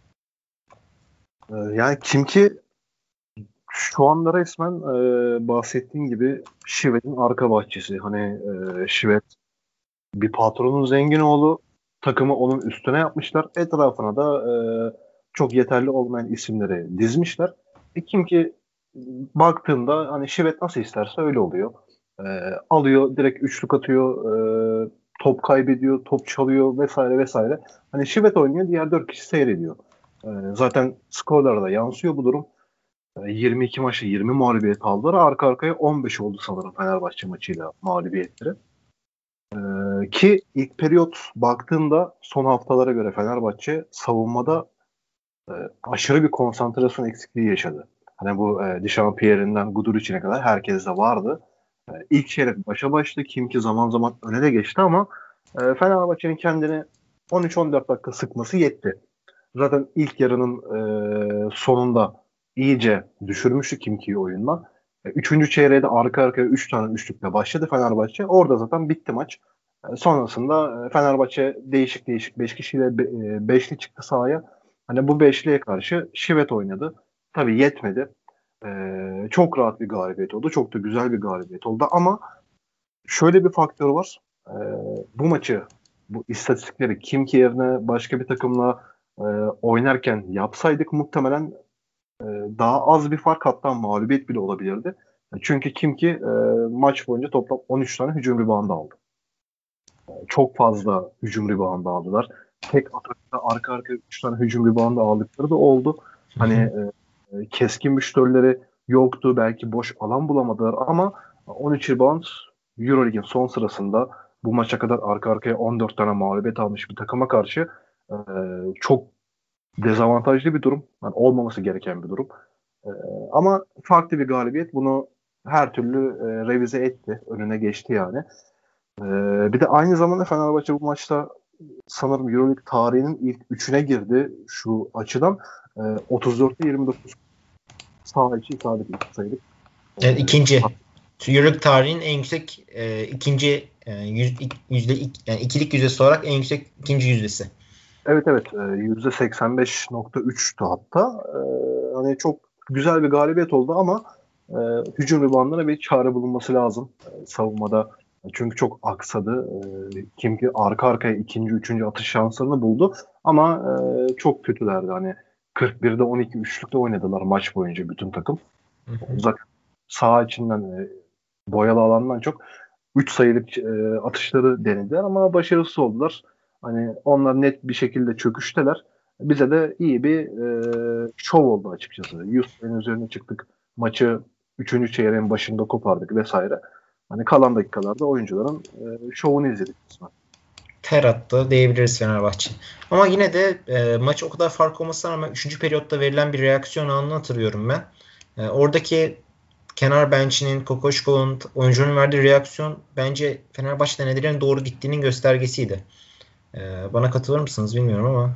Yani Kimki şu anda resmen e, bahsettiğin gibi Şivet'in arka bahçesi. Hani e, Şivet bir patronun zengin oğlu, takımı onun üstüne yapmışlar. Etrafına da e, çok yeterli olmayan isimleri dizmişler. E, kim ki baktığında hani Şivet nasıl isterse öyle oluyor. E, alıyor, direkt üçlük atıyor, e, top kaybediyor, top çalıyor vesaire vesaire. Hani Şivet oynuyor, diğer dört kişi seyrediyor. E, zaten skorlara da yansıyor bu durum. E, yirmi iki maçı yirmi mağlubiyet aldılar. Arka arkaya on beş oldu sanırım Fenerbahçe maçıyla mağlubiyetleri. Ee, ki ilk periyot baktığında son haftalara göre Fenerbahçe savunmada e, aşırı bir konsantrasyon eksikliği yaşadı. Hani bu e, Dişampierre'inden Guduric'ine kadar herkes de vardı. E, ilk çeyrek başa başladı. Kim ki zaman zaman öne de geçti ama e, Fenerbahçe'nin kendini on üç on dört dakika sıkması yetti. Zaten ilk yarının e, sonunda iyice düşürmüştü Kimki'yi oyundan. E, üçüncü çeyreğe de arka arkaya üç tane üçlükle başladı Fenerbahçe. Orada zaten bitti maç. E, sonrasında e, Fenerbahçe değişik değişik beş kişiyle be, e, beşli çıktı sahaya. Hani bu beşliye karşı Şivet oynadı. Tabii yetmedi. E, çok rahat bir galibiyet oldu. Çok da güzel bir galibiyet oldu ama şöyle bir faktör var. E, bu maçı, bu istatistikleri Kimki yerine başka bir takımla e, oynarken yapsaydık muhtemelen e, daha az bir fark, hatta mağlubiyet bile olabilirdi. Çünkü Kimki e, maç boyunca toplam on üç tane hücum reboundu aldı. E, çok fazla hücum reboundu aldılar. Tek atakta arka arka üç tane hücum reboundu aldıkları da oldu. Hani e, e, keskin müşterileri yoktu. Belki boş alan bulamadılar ama on üç rebound Euroleague'in son sırasında bu maça kadar arka arkaya on dört tane mağlubiyet almış bir takıma karşı e, çok dezavantajlı bir durum. Yani olmaması gereken bir durum. E, ama farklı bir galibiyet. Bunu her türlü e, revize etti. Önüne geçti yani. E, bir de aynı zamanda Fenerbahçe bu maçta sanırım Euroleague tarihinin ilk üçüne girdi şu açıdan. E, otuz dörtte yirmi dokuz sağ içi isabet sayılık. Evet, ikinci. Euroleague tarihinin en yüksek e, ikinci e, yüz, yüzde yani ikilik yüzdesi olarak en yüksek ikinci yüzdesi. Evet evet yüzde seksen beş nokta üçtü hatta. E, hani çok güzel bir galibiyet oldu ama e, hücum reboundlarına bir çare bulunması lazım e, savunmada. Çünkü çok aksadı. E, kim ki arka arkaya ikinci, üçüncü atış şanslarını buldu. Ama e, çok kötülerdi. Hani kırk birde on iki üçlükte oynadılar maç boyunca bütün takım. Hı hı. Zaten saha içinden e, boyalı alandan çok üç sayılık e, atışları denediler ama başarısız oldular. Hani onlar net bir şekilde çöküşteler. Bize de iyi bir e, şov oldu açıkçası. yüz sayının üzerine çıktık. Maçı üçüncü çeyreğin başında kopardık vesaire. Hani kalan dakikalarda oyuncuların e, şovunu izledik. Ter attı diyebiliriz Fenerbahçe. Ama yine de e, maç o kadar fark olmasına rağmen üçüncü periyotta verilen bir reaksiyon anını hatırlıyorum ben. E, oradaki kenar bench'inin, Kokoşkov'un, oyuncunun verdiği reaksiyon bence Fenerbahçe'de nelerin doğru gittiğinin göstergesiydi. E, bana katılır mısınız bilmiyorum ama.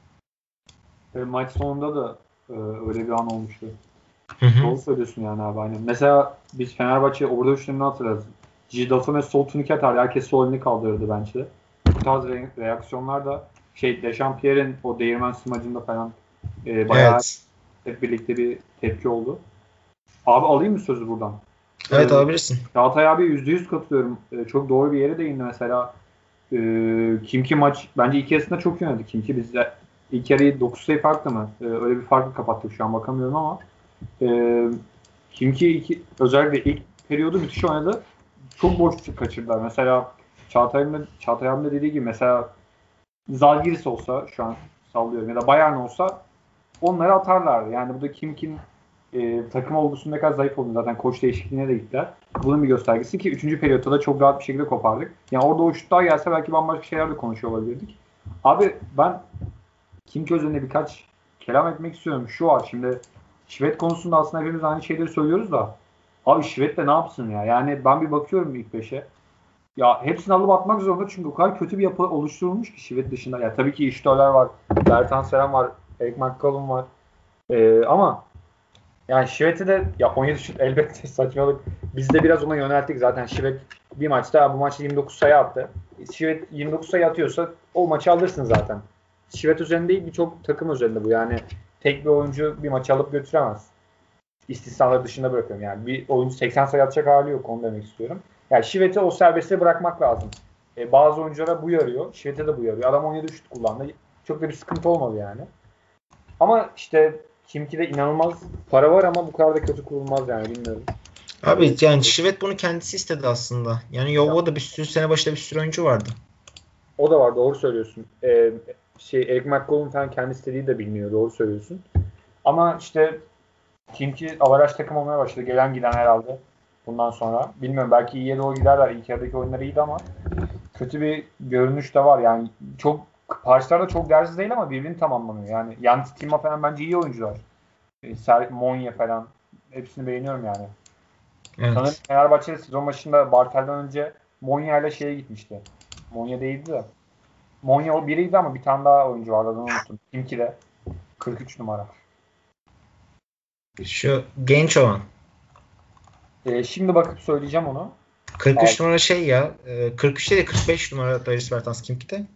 E, maç sonunda da e, öyle bir an olmuştu. Hı hı. Doğru söylüyorsun yani abi. Aynen. Mesela biz Fenerbahçe orada üçlerini hatırlarız. Cidato ve sol turnike atardı. Herkes sol elini kaldırırdı bence. Bu tarz re- reaksiyonlar da şey Dechampierre'in o değirmen smacında falan e, bayağı Evet. hep birlikte bir tepki oldu. Abi alayım mı sözü buradan? Evet Ee, alabilirsin. Çağatay abi yüzde yüz katılıyorum. Ee, çok doğru bir yere değindi mesela. Ee, Kimki maç bence ilk yarısında çok iyi oynadı. Kimki bizde ilk yarıyı dokuz sayı farklı mı? Ee, öyle bir farklı kapattık şu an bakamıyorum ama ee, Kimki iki, özellikle ilk periyodu müthiş oynadı. Çok boşluk kaçırdılar. Mesela Çağatay'ın Çağatay abinin de dediği gibi mesela Zalgiris olsa şu an sallıyorum ya da Bayern olsa onları atarlar. Yani bu da Kimkin e, takım olgusunda ne kadar zayıf olduğunu zaten koç değişikliğine de gittiler. Bunun bir göstergesi ki üçüncü periyotta da çok rahat bir şekilde kopardık. Yani orada o şutlar gelse belki bambaşka şeyler de konuşuyor olabilirdik. Abi ben Kimki üzerine birkaç kelam etmek istiyorum. Şu var şimdi Şivet konusunda aslında hepimiz aynı şeyleri söylüyoruz da abi Şivet de ne yapsın ya? Yani ben bir bakıyorum ilk beşe. Ya hepsini alıp atmak zorunda çünkü o kadar kötü bir yapı oluşturulmuş ki Şivet dışında. Ya tabii ki İştörler var, Bertan Seren var, Eric McCollum var. Ee, ama yani Şivet'i de ya on yedi şut elbette saçmalık. Biz de biraz ona yönelttik zaten. Şivet bir maçta bu maçta yirmi dokuz sayı attı. Şivet yirmi dokuz sayı atıyorsa o maçı alırsın zaten. Şivet üzerinde değil birçok takım üzerinde bu. Yani tek bir oyuncu bir maçı alıp götüremez. İstisnaları dışında bırakıyorum. Yani bir oyuncu seksen sayı atacak hali yok. Onu demek istiyorum. Yani Şivet'i o serbestliğe bırakmak lazım. Ee, bazı oyunculara bu yarıyor. Şivet'e de bu yarıyor. Adam on yedi şut kullandı. Çok da bir sıkıntı olmadı yani. Ama işte Kimki'de inanılmaz para var ama bu kadar da kötü kurulmaz yani bilmiyorum. Abi yani Şivet bunu kendisi istedi aslında. Yani Yovo'da bir sürü sene başında bir sürü oyuncu vardı. O da var doğru söylüyorsun. Ee, şey Eric McCollum falan kendi istediği de bilmiyor doğru söylüyorsun. Ama işte Kimki avaraj takım olmaya başladı. Gelen giden herhalde bundan sonra. Bilmiyorum belki iyiye doğru giderler. İlk yarıdaki oyunları iyiydi ama kötü bir görünüş de var. Yani çok parçalar da çok değersiz değil ama birbirini tamamlamıyor. Yani Yannis Tima falan bence iyi oyuncular. Ser, Monya falan. Hepsini beğeniyorum yani. Sanırım Evet. Fenerbahçe sezon başında Bartel'den önce Monya ile şeye gitmişti. Monya değildi de. Monya o biriydi ama bir tane daha oyuncu vardı adını unuttum. Kimki de kırk üç numara. Şu genç olan. Ee, şimdi bakıp söyleyeceğim onu. kırk üç Abi, numara şey ya. kırk üç değil de kırk beş numara Darius Bertans Kimki'de.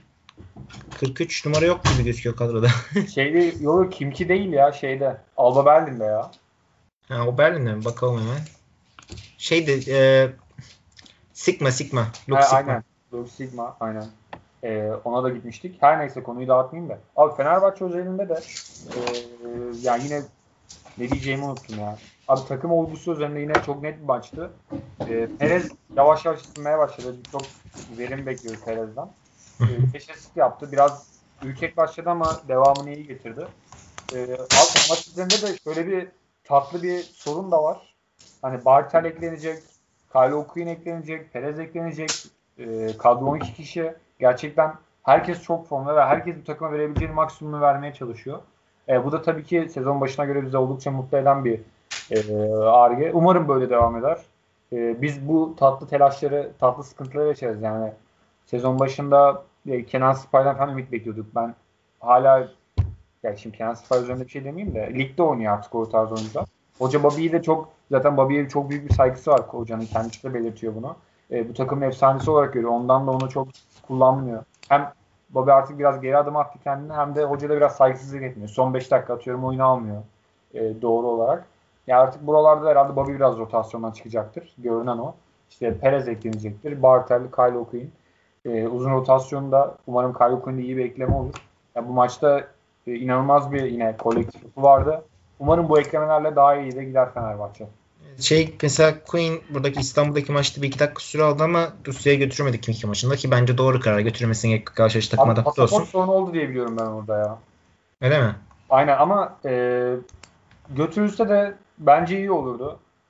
kırk üç numara yok gibi gözüküyor kadroda. şeyde yok Kimki değil ya şeyde. Alba Berlin'de ya. Ha, o Berlin'de mi? Bakalım hemen. Şeydi e, Sigma Sigma. Ha, Luke Sigma. aynen. Luke Sigma aynen. Ee, ona da gitmiştik. Her neyse konuyu dağıtmayayım da. Abi Fenerbahçe özelinde de e, yani yine ne diyeceğimi unuttum ya. Abi takım olgusu üzerinde yine çok net bir maçtı. E, Perez yavaş yavaş ısınmaya başladı. Çok verim bekliyoruz Perez'den. E, beş asist yaptı. Biraz ürkek başladı ama devamını iyi getirdi. E, abi maç üzerinde de şöyle bir tatlı bir sorun da var. Hani Bartel eklenecek, Kyle O'Quinn eklenecek, Perez eklenecek. E, kadro on iki kişi. Gerçekten herkes çok formda ve herkes bu takıma verebileceği maksimumunu vermeye çalışıyor. E, bu da tabii ki sezon başına göre bizi oldukça mutlu eden bir e, arge. Umarım böyle devam eder. E, biz bu tatlı telaşları, tatlı sıkıntıları yaşarız yani. Sezon başında e, Kenan Spy'dan falan ümit bekliyorduk. Ben hala yani şimdi Kenan Spy üzerinde bir şey demeyeyim de ligde oynuyor artık o tarz oyuncular. Hoca Bobby'yi de çok zaten Bobby'ye çok büyük bir saygısı var hocanın kendisi de belirtiyor bunu. E, bu takımın efsanesi olarak görüyor. Ondan da onu çok kullanmıyor. Hem Bobby artık biraz geri adım attı kendine hem de hoca da biraz saygısızlık etmiyor. Son beş dakika atıyorum oyunu almıyor e, doğru olarak. Ya artık buralarda herhalde Bobby biraz rotasyondan çıkacaktır. Görünen o. İşte Perez eklenecektir. Bartel, Kyle O'Quinn. E, uzun rotasyonda umarım Kyle O'Quinn'de iyi bir ekleme olur. Ya bu maçta e, inanılmaz bir yine kolektif vardı. Umarım bu eklemelerle daha iyi de gider Fenerbahçe. Şey mesela Queen buradaki İstanbul'daki maçta bir iki dakika süre aldı ama Rusya'ya götüremedik Kimki maçında ki bence doğru karar. Götürmesine karşı takım Abi adapte pasaport olsun. sorunu oldu diye biliyorum ben orada ya. Öyle mi? Aynen ama e, götürülse de bence iyi olurdu.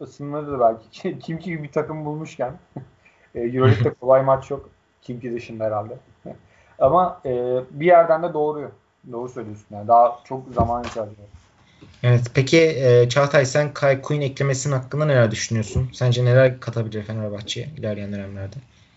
ısınmadı da belki. Kimki gibi bir takım bulmuşken. Euroleague'de kolay maç yok. Kimki dışında herhalde. Ama e, bir yerden de doğru. Doğru söylüyorsun. Yani daha çok zaman ihtiyacı var. Evet. Peki e, Çağatay sen Kai Quinn eklemesinin hakkında neler düşünüyorsun? Sence neler katabilir Fenerbahçe'ye ilerleyen dönemlerde?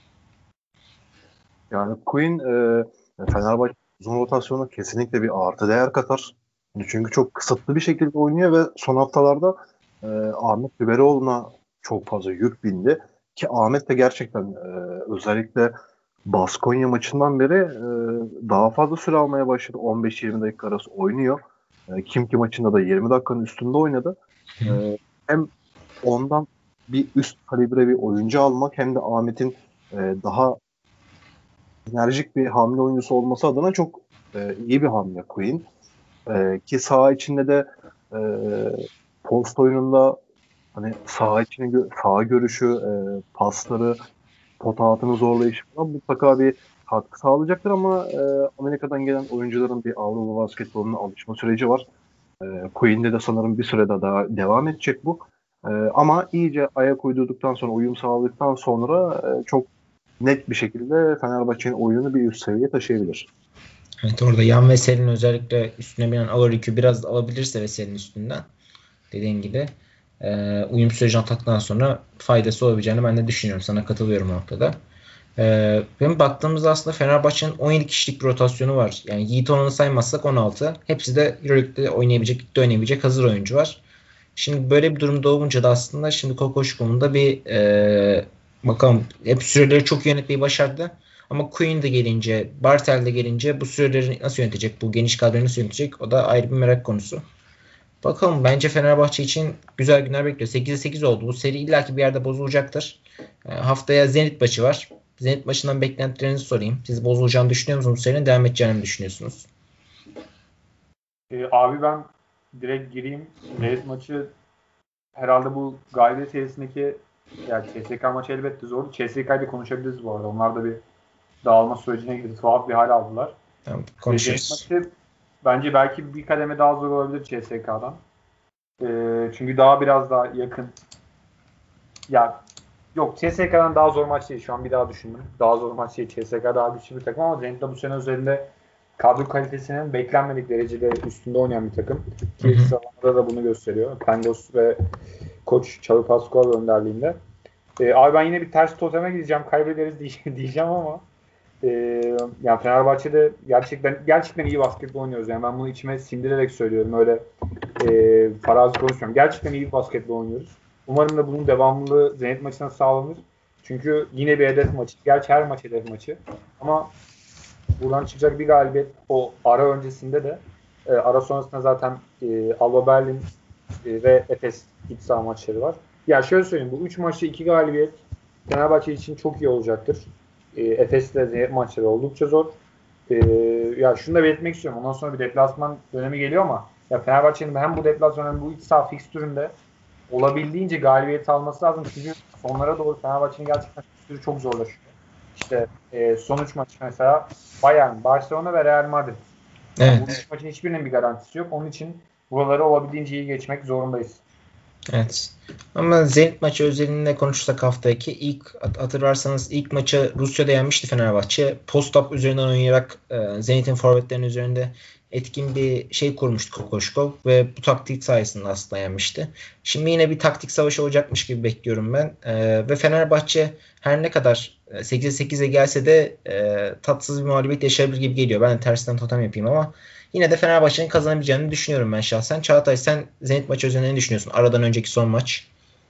Yani Quinn e, Fenerbahçe uzun rotasyona kesinlikle bir artı değer katar. Çünkü çok kısıtlı bir şekilde oynuyor ve son haftalarda e, Ahmet Biberoğlu'na çok fazla yük bindi. Ki Ahmet de gerçekten e, özellikle Baskonya maçından beri e, daha fazla süre almaya başladı. on beş yirmi dakika arası oynuyor. E, Kimki maçında da yirmi dakikanın üstünde oynadı. E, hem ondan bir üst kalibre bir oyuncu almak hem de Ahmet'in e, daha enerjik bir hamle oyuncusu olması adına çok e, iyi bir hamle Queen. E, ki saha içinde de e, post oyununda hani saha içini gö- saha görüşü, e, pasları, pota altını zorlayışı falan mutlaka bir katkı sağlayacaktır ama e, Amerika'dan gelen oyuncuların bir Avrupa basketboluna alışma süreci var. E, Queen'de de sanırım bir sürede daha devam edecek bu. E, ama iyice ayak uydurduktan sonra, uyum sağladıktan sonra e, çok net bir şekilde Fenerbahçe'nin oyununu bir üst seviyeye taşıyabilir. Evet, orada Yan Veseli'nin özellikle üstüne binen ağır yükü biraz da alabilirse Veseli'nin üstünden dediğin gibi e, uyum sürecini atlattıktan sonra faydası olabileceğini ben de düşünüyorum. Sana katılıyorum o noktada. E, benim baktığımızda aslında Fenerbahçe'nin on yedi kişilik bir rotasyonu var. Yani Yiğit Onan'ı saymazsak on altı. Hepsi de Euroleague'de oynayabilecek, ligde oynayabilecek hazır oyuncu var. Şimdi böyle bir durumda olunca da aslında şimdi Kokoşkov'un da bir e, bakalım hep süreleri çok yönetmeyi başardı. Ama Queen de gelince, Bartel de gelince bu süreleri nasıl yönetecek? Bu geniş kadroyu nasıl yönetecek? O da ayrı bir merak konusu. Bakalım bence Fenerbahçe için güzel günler bekliyor. sekize sekiz oldu. Bu seri illaki bir yerde bozulacaktır. E, haftaya Zenit maçı var. Zenit maçından beklentilerinizi sorayım. Siz bozulacağını düşünüyor musunuz? Bu serinin devam edeceğini mi düşünüyorsunuz? E, abi ben direkt gireyim. Zenit maçı herhalde bu galibiyet serisindeki yani C S K maçı elbette zor. C S K'yı konuşabiliriz bu arada. Onlar da bir dağılma sürecine girdi. Tuhaf bir hal aldılar. Tamam, Ve Zenit konuşuruz. maçı bence belki bir kademe daha zor olabilir C S K'dan. E, çünkü daha biraz daha yakın. Ya yok C S K'dan daha zor maç değil. Şu an bir daha düşündüm. Daha zor maç değil. C S K daha güçlü bir takım ama Zenit de bu sene üzerinde kadro kalitesinin beklenmedik derecede üstünde oynayan bir takım. Ki sıralamada da bunu gösteriyor. Pangos ve koç Xavi Pascual önderliğinde. Ee, abi ben yine bir ters toteme gideceğim. Kaybederiz diye- diyeceğim ama e, yani Fenerbahçe'de gerçekten gerçekten iyi basketbol oynuyoruz. Yani ben bunu içime sindirerek söylüyorum. Öyle e, farazi konuşmuyorum. Gerçekten iyi basketbol oynuyoruz. Umarım da bunun devamlılığı Zenit maçına sağlanır. Çünkü yine bir hedef maçı. Gerçi her maç hedef maçı. Ama buradan çıkacak bir galibiyet o ara öncesinde de e, ara sonrasında zaten e, Alba Berlin e, ve Efes iç saha maçları var. Ya şöyle söyleyeyim, bu üç maçta iki galibiyet Fenerbahçe için çok iyi olacaktır. E, Efes'le Zenit maçları oldukça zor. E, ya şunu da belirtmek istiyorum. Ondan sonra bir deplasman dönemi geliyor ama ya Fenerbahçe'nin hem bu deplasman hem bu iç saha fikstüründe olabildiğince galibiyet alması lazım. Çünkü sonlara doğru Fenerbahçe'nin gerçekten fikstürü çok zorlaşıyor. İşte e, son üç maç mesela Bayern, Barcelona ve Real Madrid. Yani bu Evet. üç maçın hiçbirinin bir garantisi yok. Onun için buraları olabildiğince iyi geçmek zorundayız. Evet. Ama Zenit maçı özelinde konuşursak haftaki ilk hatırlarsanız ilk maçı Rusya'da yenmişti Fenerbahçe. Post-up üzerinden oynayarak e, Zenit'in forvetlerinin üzerinde etkin bir şey kurmuştu Kokoşkov ve bu taktik sayesinde aslında yenmişti. Şimdi yine bir taktik savaşı olacakmış gibi bekliyorum ben. E, ve Fenerbahçe her ne kadar sekize sekize gelse de e, tatsız bir mağlubiyet yaşayabilir gibi geliyor. Ben de tersinden totem yapayım ama yine de Fenerbahçe'nin kazanabileceğini düşünüyorum ben şahsen. Çağatay sen Zenit maçı üzerine ne düşünüyorsun? Aradan önceki son maç.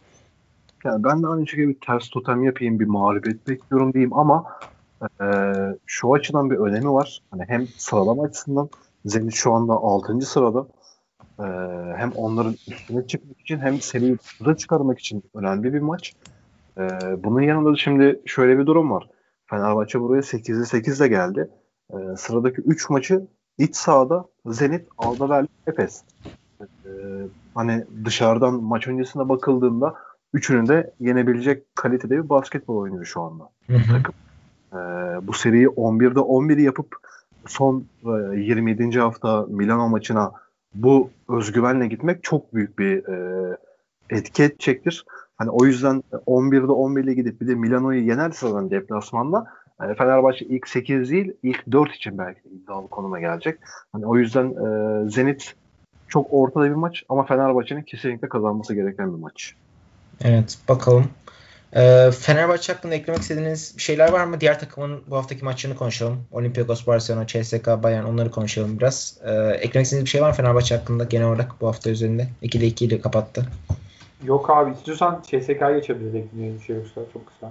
Yani ben de aynı şekilde bir ters totem yapayım, bir mağlubiyet bekliyorum diyeyim ama e, şu açıdan bir önemi var. Hani hem sıralama açısından Zenit şu anda altıncı sırada. E, hem onların üstüne çıkmak için hem seriyi hızlı çıkarmak için önemli bir maç. E, bunun yanında da şimdi şöyle bir durum var. Fenerbahçe buraya sekizde sekizle geldi. E, sıradaki üç maçı iç sahada Zenit, Alba Berlin, Efes. E, hani dışarıdan maç öncesine bakıldığında üçünü de yenebilecek kalitede bir basketbol oynuyor şu anda. Hı hı. Takım. E, bu seriyi on birde on bir yapıp son e, yirmi yedinci hafta Milano maçına bu özgüvenle gitmek çok büyük bir e, etki edecektir. Hani o yüzden on birde on birle gidip bir de Milano'yu yenerse zaten deplasmanda e, Fenerbahçe ilk sekiz değil ilk dört için belki iddialı konuma gelecek. Hani o yüzden e, Zenit çok ortada bir maç ama Fenerbahçe'nin kesinlikle kazanması gereken bir maç. Evet, bakalım. Ee, Fenerbahçe hakkında eklemek istediğiniz bir şeyler var mı? Diğer takımın bu haftaki maçlarını konuşalım. Olympiakos, Barcelona, C S K, Bayern, onları konuşalım biraz. Ee, eklemek istediğiniz bir şey var mı Fenerbahçe hakkında genel olarak bu hafta üzerinde? ikide iki ile kapattı. Yok abi, istiyorsan C S K'ya geçebiliriz, ekleyeceğim bir şey yoksa çok kısa.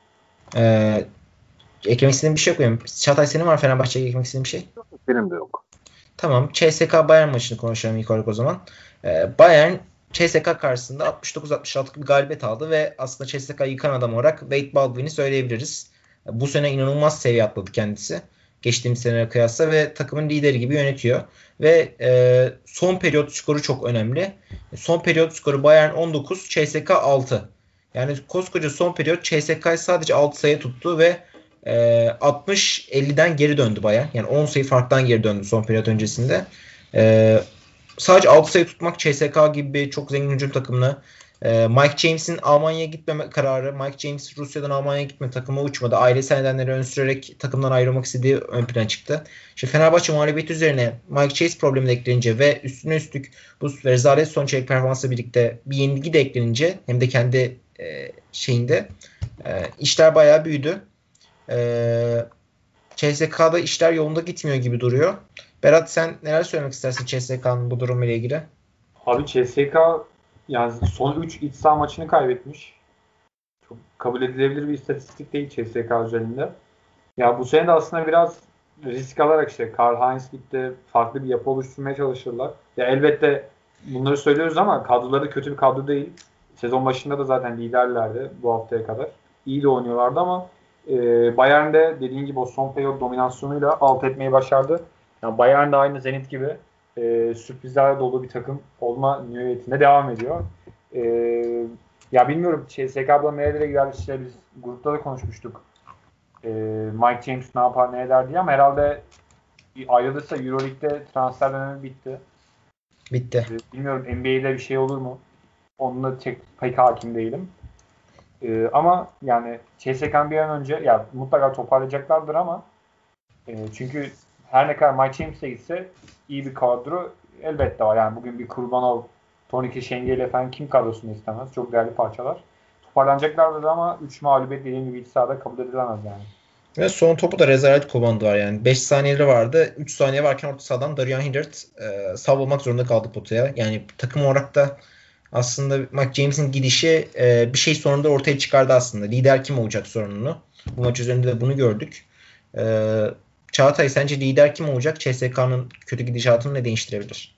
Ee, eklemek istediğim bir şey yok benim. Çağatay, senin var Fenerbahçe'ye eklemek istediğin bir şey? Benim de yok. Tamam. C S K Bayern maçını konuşalım ilk olarak o zaman. Ee, Bayern C S K karşısında altmış dokuz altmış altı bir galibiyet aldı ve aslında C S K'yı yıkan adam olarak Wade Baldwin'i söyleyebiliriz. Bu sene inanılmaz seviye atladı kendisi. Geçtiğimiz senelere kıyasla ve takımın lideri gibi yönetiyor. Ve e, son periyot skoru çok önemli. Son periyot skoru Bayern on dokuz, C S K altı. Yani koskoca son periyot C S K'yı sadece altı sayı tuttu ve e, altmış elliden geri döndü Bayern. Yani on sayı farktan geri döndü son periyot öncesinde. E, sadece altı sayı tutmak C S K gibi çok zengin hücum takımını, e, Mike James'in Almanya'ya gitmeme kararı, Mike James Rusya'dan Almanya'ya gitme, takıma uçmadı. Ailesel nedenleri ön sürerek takımdan ayrılmak istediği ön plana çıktı. İşte Fenerbahçe mağlubiyeti üzerine Mike Chase problemi de eklenince ve üstüne üstlük bu rezalet son çeyrek performansla birlikte bir yenilgi de eklenince hem de kendi e, şeyinde e, işler bayağı büyüdü. E, C S K'da işler yolunda gitmiyor gibi duruyor. Berat, sen neler söylemek istersin C S K'nın bu durumuyla ilgili? Abi C S K yani son üç iç saha maçını kaybetmiş. Çok kabul edilebilir bir istatistik değil C S K üzerinde. Ya bu sene de aslında biraz risk alarak işte Karl-Heinz gitti, farklı bir yapı oluşturmaya çalışırlar. Ya elbette bunları söylüyoruz ama kadroları kötü bir kadro değil. Sezon başında da zaten liderlerdi bu haftaya kadar. İyi de oynuyorlardı ama e, Bayern de dediğin gibi o son periyot dominasyonuyla alt etmeyi başardı. Yani Bayern de aynı Zenit gibi e, sürprizlerle dolu bir takım olma niyetinde devam ediyor. E, ya bilmiyorum, C S K abla nerelere gider, işte biz grupta da konuşmuştuk. E, Mike James ne yapar ne eder diye, ama herhalde ayrılırsa Euroleague'de transfer dönemi bitti. Bitti. E, bilmiyorum N B A'de bir şey olur mu? Onunla pek, pek hakim değilim. E, ama yani C S K'nın bir an önce ya mutlaka toparlayacaklardır ama e, çünkü her ne kadar Mike James'e gitse iyi bir kadro elbette var. Yani bugün bir Kurbanov, Tony Şengeli falan kim kadrosunu istemez? Çok değerli parçalar. Toparlanacaklardır ama üç mağlubiyet dediğim gibi iç sahada kabul edilemez yani. Ve son topu da rezalet kullandılar yani. beş saniyeleri vardı. üç saniye varken orta sahadan Darian Hillard e, savunmak zorunda kaldı potaya. Yani takım olarak da aslında Mike James'in gidişi e, bir şey sonunda ortaya çıkardı aslında. Lider kim olacak sorununu. Bu maç üzerinde de bunu gördük. E, Çağatay, sence lider kim olacak? C S K'nın kötü gidişatını ne değiştirebilir?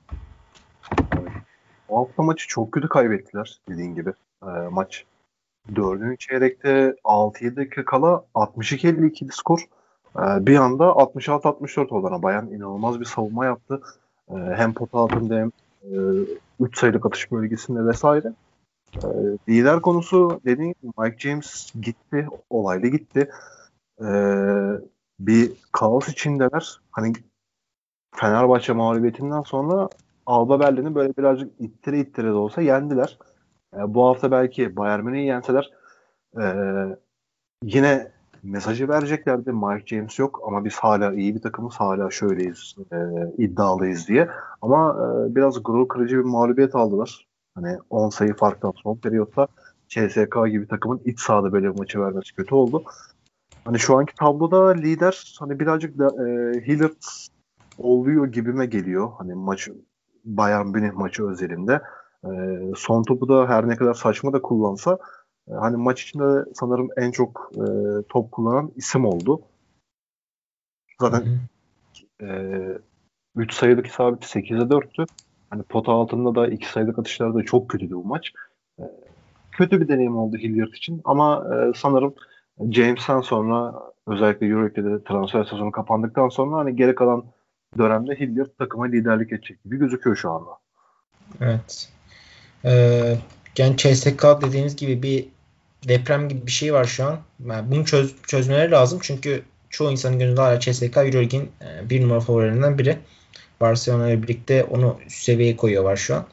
O hafta maçı çok kötü kaybettiler dediğin gibi. E, maç dördüncü çeyrekte altı yedi dakika kala altmış iki elli iki skor. E, bir anda altmış altı altmış dört oldu. Bayern inanılmaz bir savunma yaptı. E, hem pota altında hem üç e, sayılık atış bölgesinde vesaire. E, lider konusu dediğim gibi Mike James gitti. Olaylı gitti. E, bir kaos içindeler. Hani Fenerbahçe mağlubiyetinden sonra Alba Berlin'i böyle birazcık ittire ittire de olsa yendiler. E, bu hafta belki Bayern Münih'i yenseler e, yine mesajı vereceklerdi. Mike James yok ama biz hala iyi bir takımız, hala şöyleyiz, e, iddialıyız diye. Ama e, biraz gurur kırıcı bir mağlubiyet aldılar. Hani on sayı farktan son periyotta C S K gibi takımın iç sahada böyle bir maçı vermesi kötü oldu. Hani şu anki tabloda lider hani birazcık da e, Hillard oluyor gibime geliyor. Hani maç Bayern Münih maçı özelinde. E, son topu da her ne kadar saçma da kullansa e, hani maç içinde sanırım en çok e, top kullanan isim oldu. Zaten üç e, sayılık isabeti sekize dörttü. Hani pota altında da iki sayılık atışlarda da çok kötüydü bu maç. E, kötü bir deneyim oldu Hilliard için ama e, sanırım James'ten sonra özellikle Euroleague'de de transfer sezonu kapandıktan sonra hani geri kalan dönemde Hilliard takıma liderlik edecek gibi gözüküyor şu anda. Evet. Ee, yani C S K dediğiniz gibi bir deprem gibi bir şey var şu an. Yani bunu çöz, çözmeleri lazım çünkü çoğu insanın gönlünde hala C S K Euroleague'in bir numara favorilerinden biri. Barcelona ile birlikte onu üst seviyeye koyuyorlar şu an.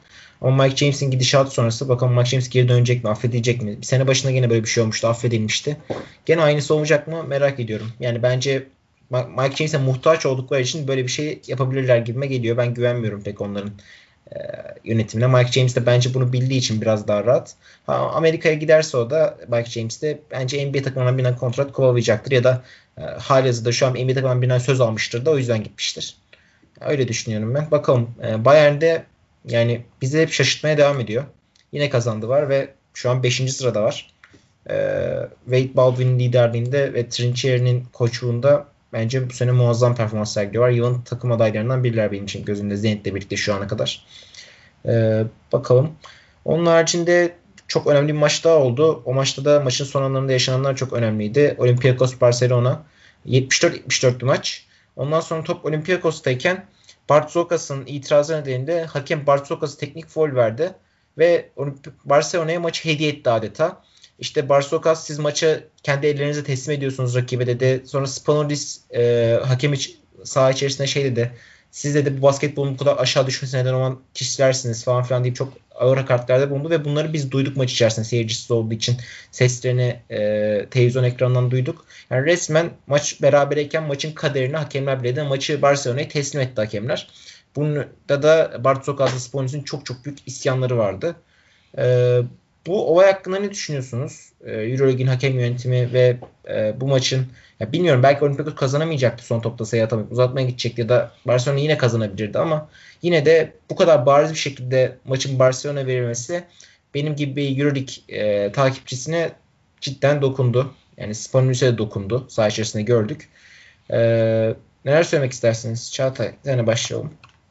Ama Mike James'in gidişatı sonrası bakalım Mike James geri dönecek mi? Affedilecek mi? Bir sene başında gene böyle bir şey olmuştu. Affedilmişti. Gene aynısı olacak mı? Merak ediyorum. Yani bence Mike James'e muhtaç oldukları için böyle bir şey yapabilirler gibime geliyor. Ben güvenmiyorum pek onların e, yönetimine. Mike James de bence bunu bildiği için biraz daha rahat. Ha, Amerika'ya giderse o da Mike James de bence N B A takımından birinden kontrat kovalayacaktır ya da e, halihazırda şu an N B A takımından birinden söz almıştır da o yüzden gitmiştir. Öyle düşünüyorum ben. Bakalım. E, Bayern'de yani bizi hep şaşırtmaya devam ediyor. Yine kazandı var ve şu an beşinci sırada var. E, Wade Baldwin'in liderliğinde ve Trinchier'in koçluğunda bence bu sene muazzam performans sergiliyorlar. Yılın takım adaylarından biriler benim için gözümde Zenit'le birlikte şu ana kadar. E, bakalım. Onun haricinde çok önemli bir maç daha oldu. O maçta da maçın son anlarında yaşananlar çok önemliydi. Olympiakos Barcelona yetmiş dört yetmiş dört bir maç. Ondan sonra top Olympiakos'tayken Bartzokas'ın itirazı nedeniyle hakem Bartzokas'a teknik faul verdi ve Barcelona'ya maçı hediye etti adeta. İşte Bartzokas siz maçı kendi ellerinize teslim ediyorsunuz rakibe dedi. Sonra Spanoulis e, hakem iç, saha içerisinde şey dedi. Siz dedi bu basketbolun bu kadar aşağı düşmesine neden olan kişilersiniz falan filan deyip çok ağır hakaretlerde bulundu ve bunları biz duyduk maç içerisinde seyircisiz olduğu için seslerini e, televizyon ekranından duyduk. Yani resmen maç berabereyken maçın kaderini hakemler bile de maçı Barcelona'ya teslim etti hakemler. Bunda da Bartzokas'la Spanoulis'in çok çok büyük isyanları vardı. E, bu olay hakkında ne düşünüyorsunuz? E, Euroleague'in hakem yönetimi ve e, bu maçın ya bilmiyorum belki Olympiakos kazanamayacaktı son topta sayı atamayıp uzatmaya gidecekti ya da Barcelona yine kazanabilirdi ama yine de bu kadar bariz bir şekilde maçın Barcelona verilmesi benim gibi bir Euroleague e, takipçisine cidden dokundu. Yani Spanoulis'e de dokundu. Saha içerisinde gördük. E, neler söylemek istersiniz? Çağatay, sana başlayalım.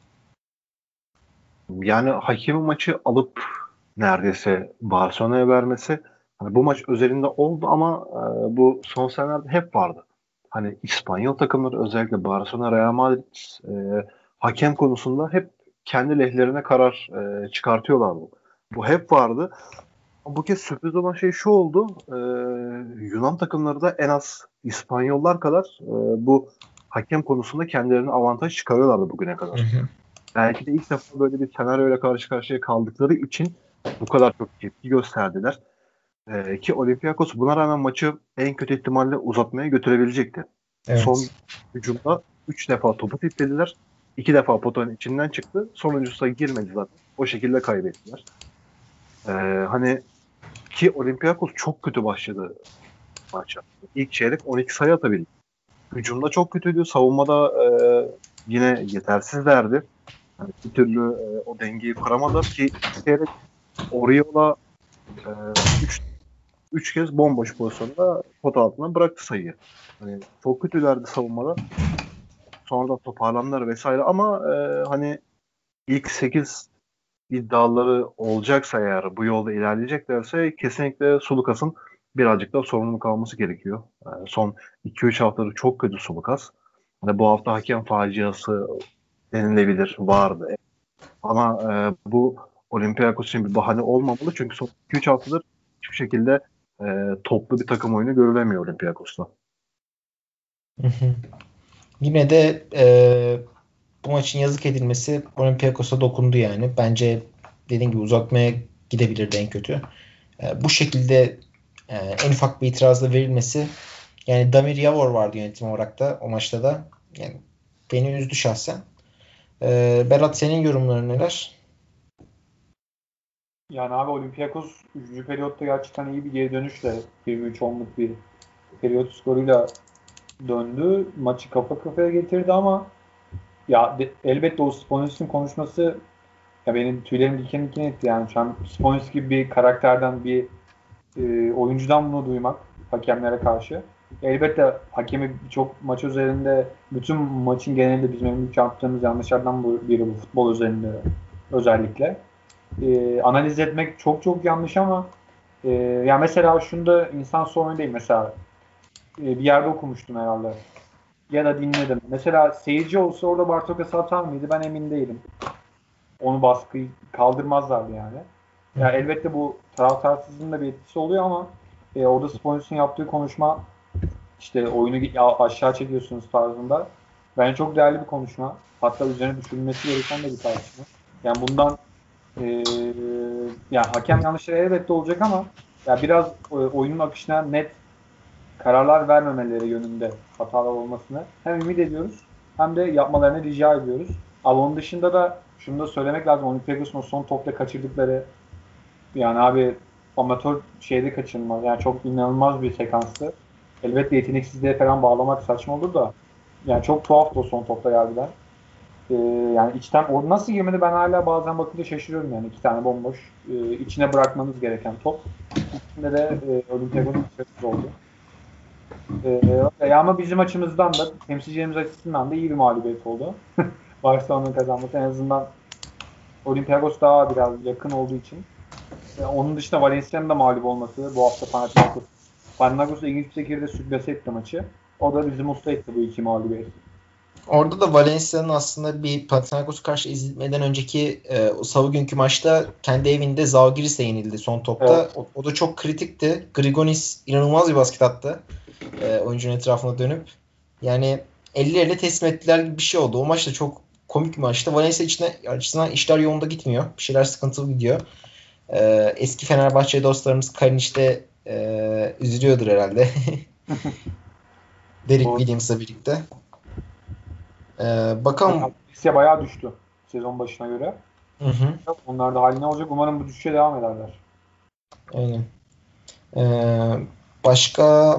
Yani hakemin maçı alıp neredeyse Barcelona'ya vermesi hani bu maç özelinde oldu ama e, bu son senelerde hep vardı. Hani İspanyol takımları özellikle Barcelona, Real Madrid e, hakem konusunda hep kendi lehlerine karar e, çıkartıyorlardı. Bu. bu hep vardı. Ama bu kez sürpriz olan şey şu oldu. E, Yunan takımları da en az İspanyollar kadar e, bu hakem konusunda kendilerine avantaj çıkarıyorlardı bugüne kadar. Hı hı. Belki de ilk defa böyle bir senaryoyla karşı karşıya kaldıkları için bu kadar çok tepki gösterdiler. Ee, ki Olympiakos buna rağmen maçı en kötü ihtimalle uzatmaya götürebilecekti. Evet. Son hücumda üç defa topu tiplediler. iki defa potanın içinden çıktı. Sonuncusu girmedi zaten. O şekilde kaybettiler. Ee, hani ki Olympiakos çok kötü başladı maça. İlk çeyrek on iki sayı atabildi. Hücumda çok kötüydü. Savunmada e, yine yetersizlerdi. Yani bir türlü e, o dengeyi kuramadı ki çeyrek Oriola üç e, kez bomboş pozisyonda pot altından bıraktı sayıyı. Hani çok kötülerdi savunmada. Sonradan toparlandılar vesaire ama e, hani ilk sekiz iddiaları olacaksa eğer bu yolda ilerleyeceklerse kesinlikle Sulukas'ın birazcık daha sorumluluk alması gerekiyor. Yani son iki üç haftadır çok kötü Sulukas. Hani bu hafta hakem faciası denilebilir, vardı. Ama e, bu Olympiakos için bir bahane olmamalı çünkü son iki üç haftadır hiçbir şekilde e, toplu bir takım oyunu görülemiyor Olympiakos'ta. Hı hı. Yine de e, bu maçın yazık edilmesi Olympiakos'a dokundu yani. Bence dediğim gibi uzatmaya gidebilirdi en kötü. E, bu şekilde e, en ufak bir itirazla verilmesi yani Damir Yavor vardı yönetim olarak da o maçta da. Yani beni üzdü şahsen. E, Berat senin yorumların neler? Yani abi Olympiakos üçüncü periyotta gerçekten iyi bir geri dönüşle yirmi üç onluk bir periyot skoruyla döndü. Maçı kafa kafaya getirdi ama ya de, elbette o Spanoulis'in konuşması ya benim tüylerim diken diken etti yani. Şu an Spanoulis gibi bir karakterden bir e, oyuncudan bunu duymak hakemlere karşı. Elbette hakemi çok maç üzerinde bütün maçın genelinde bizim en büyük yaptığımız yanlışlardan biri bu futbol üzerinde özellikle. E, analiz etmek çok çok yanlış ama e, ya mesela şunda insan sorunu değil mesela e, bir yerde okumuştum herhalde ya da dinledim. Mesela seyirci olsa orada Bartokas'ı atar mıydı? Ben emin değilim. Onu baskıyı kaldırmazlardı yani. Ya yani elbette bu taraftarsızlığın da bir etkisi oluyor ama e, orada Spanoulis'in yaptığı konuşma işte oyunu aşağı çekiyorsunuz tarzında. Bence çok değerli bir konuşma. Hatta üzerine düşünülmesi gereken de bir tartışma. Yani bundan Ee, ya hakem yanlışları elbette olacak ama ya biraz e, oyunun akışına net kararlar vermemeleri yönünde hatalar olmasını hem ümit ediyoruz hem de yapmalarını rica ediyoruz. Ama onun dışında da şunu da söylemek lazım. Olympiakos'un son topla kaçırdıkları yani abi amatör şeyde kaçırılmaz. Yani çok inanılmaz bir sekanstı. Elbette yeteneksizliğe falan bağlamak saçma olur da yani çok tuhaftı o son topta harbiden. Ee, yani içten o nasıl girmedi ben hala bazen bakınca şaşırıyorum yani iki tane bomboş e, içine bırakmanız gereken top. İçinde de e, Olympiakos'un başarısız oldu. Ee, ama bizim açımızdan da temsilcilerimiz açısından da iyi bir mağlubiyet oldu. Barcelona'nın kazanması en azından Olympiakos daha biraz yakın olduğu için. Ee, onun dışında Valencia'nın da mağlup olması bu hafta Panathinaikos. Panathinaikos ilginç bir şekilde sürklase etti maçı. O da bizi mutlu etti bu iki mağlubiyet. Orada da Valencia'nın aslında bir Panathinaikos'a karşı ezilmeden önceki e, o salı günkü maçta kendi evinde Zalgiris'e yenildi son topta. Evet. O, o da çok kritikti. Grigonis inanılmaz bir basket attı. E, oyuncunun etrafına dönüp. Yani elleriyle teslim ettiler gibi bir şey oldu. O maç da çok komik bir maçtı. Valencia içine, açısından işler yolunda gitmiyor. Bir şeyler sıkıntılı gidiyor. E, eski Fenerbahçe dostlarımız Kalinic'te e, üzülüyordur herhalde. Derek Williams'la birlikte. Ee, bakalım. Valencia bayağı düştü sezon başına göre. Hı hı. Onlar da haline olacak. Umarım bu düşüşe devam ederler. Aynen. Ee, başka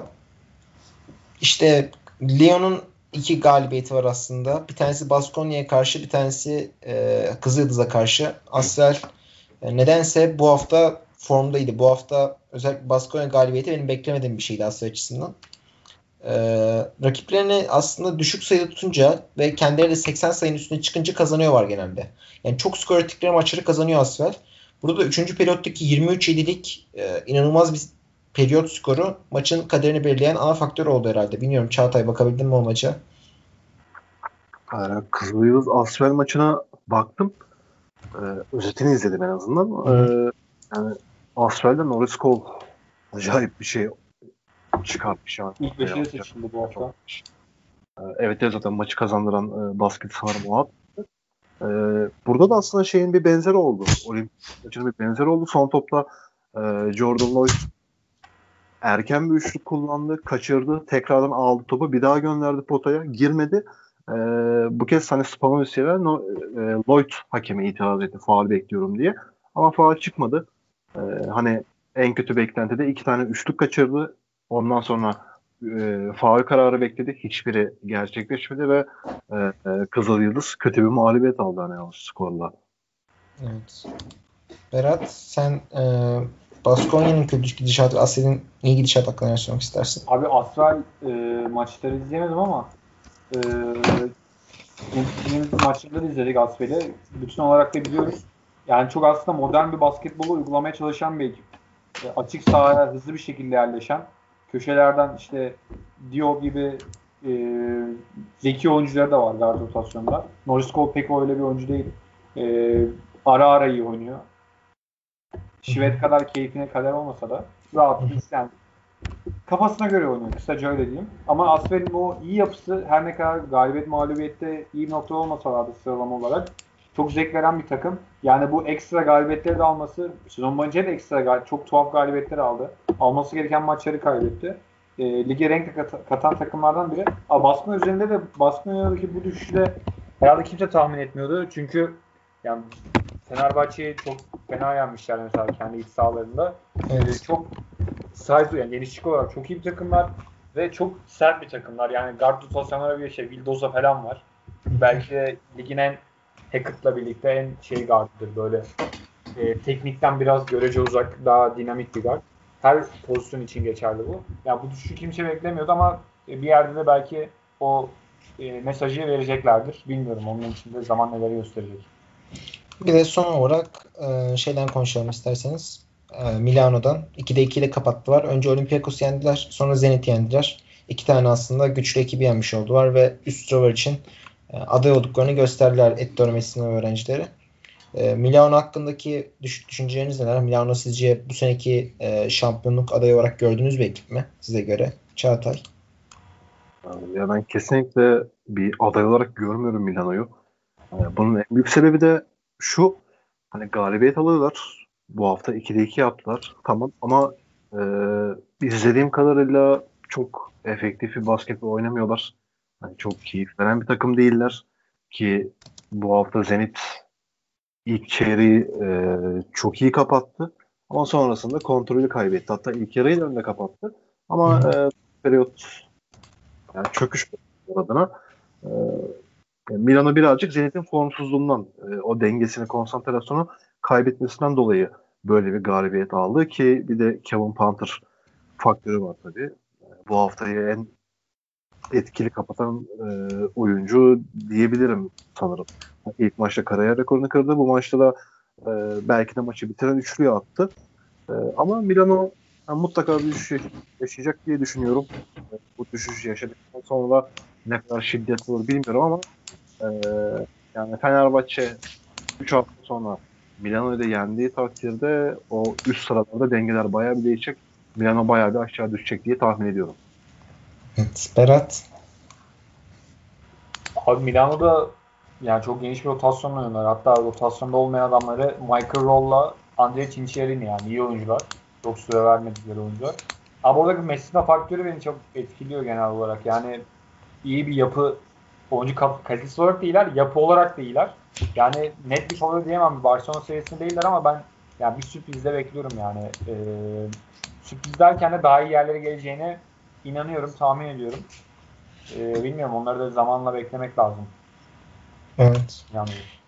işte Lyon'un iki galibiyeti var aslında. Bir tanesi Baskonya'ya karşı, bir tanesi e, Kızıldız'a karşı. Asfer e, nedense bu hafta formdaydı. Bu hafta özellikle Baskonya galibiyeti benim beklemediğim bir şeydi Asfer açısından. Ee, rakiplerini aslında düşük sayıda tutunca ve kendileri de seksen sayının üstüne çıkınca kazanıyorlar genelde. Yani çok skor ettikleri maçları kazanıyor Asfer. Burada da üçüncü periyottaki yirmi üç yedilik e, inanılmaz bir periyot skoru maçın kaderini belirleyen ana faktör oldu herhalde. Bilmiyorum Çağatay bakabildin mi o maça? Ee, Kızılyıldız Asfer maçına baktım. Ee, özetini izledim en azından. Ee, yani Asfer'de Norris Cole acayip bir şey çıkartmış. Yani. İlk beşiye seçildi bu hafta. Ee, evet evet zaten maçı kazandıran e, basket sanırım o at. Ee, burada da aslında şeyin bir benzeri oldu. Olimpik maçının bir benzeri oldu. Son topta e, Jordan Lloyd erken bir üçlük kullandı. Kaçırdı. Tekrardan aldı topu. Bir daha gönderdi potaya. Girmedi. Ee, bu kez hani Spanovic'e ver no, e, Lloyd hakeme itiraz etti. Faul bekliyorum diye. Ama faul çıkmadı. Ee, hani en kötü beklentide iki tane üçlük kaçırdı. Ondan sonra e, faul kararı bekledi. Hiçbiri gerçekleşmedi ve e, e, Kızılyıldız kötü bir mağlubiyet aldı hani o skorla. Evet. Berat sen e, Baskonya'nın kötü gidişatı, Asfer'in iyi gidişat hakkında ne söylemek istersin? Abi Astral e, maçları izleyemedim ama e, temsilcimiz maçları da izledik Asfer'i. Bütün olarak da biliyoruz. Yani çok aslında modern bir basketbolu uygulamaya çalışan bir ekip. E, açık sahaya hızlı bir şekilde yerleşen, köşelerden işte Diop gibi e, zeki oyuncuları da var guard rotasyonda. Norris Cole pek öyle bir oyuncu değil. E, ara ara iyi oynuyor. Şivet kadar keyfine kadar olmasa da rahat bir isteyen kafasına göre oynuyor. Kısaca öyle diyeyim. Ama Asfer'in o iyi yapısı her ne kadar galibiyet mağlubiyette iyi bir nokta olmasalardı sıralama olarak çok zevk veren bir takım. Yani bu ekstra galibiyetleri de alması sezon boyunca hep ekstra gal- çok tuhaf galibiyetler aldı. Alması gereken maçları kaybetti. E, lige renk kat- katan takımlardan biri. Ama Baskonya üzerinde de Baskonya'daki bu düşüşle herhalde kimse tahmin etmiyordu. Çünkü yani Fenerbahçe'yi çok fena yenmişler mesela kendi iç sahalarında. Evet. E, çok size yani genişlik olarak çok iyi bir takımlar ve çok sert bir takımlar. Yani guard rotasyonlara bir şey, Vildoza falan var. Belki de ligin en Hackett'la birlikte en şey guardıdır böyle. E, teknikten biraz görece uzak, daha dinamik bir guard. Her pozisyon için geçerli bu. Yani bu düşüşü kimse beklemiyordu ama bir yerde de belki o e, mesajı vereceklerdir. Bilmiyorum. Onun için de zaman neleri gösterecek. Bir de son olarak e, şeyden konuşalım isterseniz. E, Milano'dan. ikide iki ile kapattılar. Önce Olympiakos'u yendiler. Sonra Zenit'i yendiler. İki tane aslında güçlü ekibi yenmiş oldular ve üst sıralar için e, aday olduklarını gösterdiler Ettore Messina öğrencileri. E, Milano hakkındaki düş- düşünceleriniz neler? Milano sizce bu seneki e, şampiyonluk adayı olarak gördüğünüz bir ekip mi size göre? Çağatay. Ya ben kesinlikle bir aday olarak görmüyorum Milano'yu. Bunun en büyük sebebi de şu. hani galibiyet alırlar. Bu hafta ikide iki yaptılar. Tamam ama e, izlediğim kadarıyla çok efektif bir basketbol oynamıyorlar. Hani çok keyif veren bir takım değiller. Ki bu hafta Zenit ilk çeyreği e, çok iyi kapattı. Ama sonrasında kontrolü kaybetti. Hatta ilk yarıyı da önde kapattı. Ama e, periyot yani çöküş adına e, Milano birazcık Zenit'in formsuzluğundan, e, o dengesini, konsantrasyonu kaybetmesinden dolayı böyle bir galibiyet aldı ki bir de Kevin Panther faktörü var tabii. E, bu haftayı en etkili kapatan e, oyuncu diyebilirim sanırım. İlk maçta kariyer rekorunu kırdı. Bu maçta da e, belki de maçı bitiren üçlüyü attı. E, ama Milano yani mutlaka bir düşüş yaşayacak diye düşünüyorum. E, bu düşüş yaşadıktan sonra ne kadar şiddetli olur bilmiyorum ama e, yani Fenerbahçe üç hafta sonra Milano'yu da yendiği takdirde o üst sıralarda dengeler bayağı bir değişecek. Milano bayağı bir aşağı düşecek diye tahmin ediyorum. Evet, Berat. Abi Milano'da yani çok geniş bir rotasyonla oynuyorlar. Hatta rotasyonda olmayan adamları Michael Roll'la Andrea Cinciarini yani iyi oyuncular. Çok süre vermedikleri oyuncular. Ama oradaki Messina faktörü beni çok etkiliyor genel olarak. Yani iyi bir yapı, oyuncu kalitesi olarak da iyiler, yapı olarak da iyiler. Yani net bir favori diyemem. Barcelona seviyesinde değiller ama ben yani bir sürpriz de bekliyorum yani. Ee, sürpriz derken de daha iyi yerlere geleceğine inanıyorum, tahmin ediyorum. Ee, bilmiyorum, onları da zamanla beklemek lazım. Evet. Yani.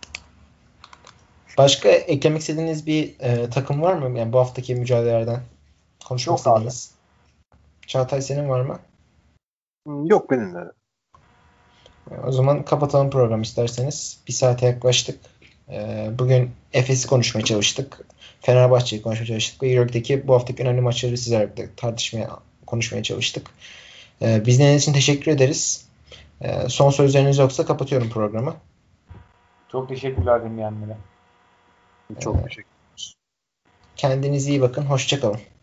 Başka eklemek istediğiniz bir e, takım var mı? Yani bu haftaki mücadelelerden konuşmak Yok abi. istediğiniz. Çağatay, senin var mı? Yok benim de. O zaman kapatalım programı isterseniz. Bir saate yaklaştık. E, bugün Efes'i konuşmaya çalıştık. Fenerbahçe'yi konuşmaya çalıştık. Ve Euroleague'deki bu haftaki önemli maçları sizlerle tartışmaya, konuşmaya çalıştık. E, biz dinlediğiniz için teşekkür ederiz. E, son sözleriniz yoksa kapatıyorum programı. Çok teşekkürler dinleyenlere. Çok teşekkür ederim. Kendinize iyi bakın. Hoşça kalın.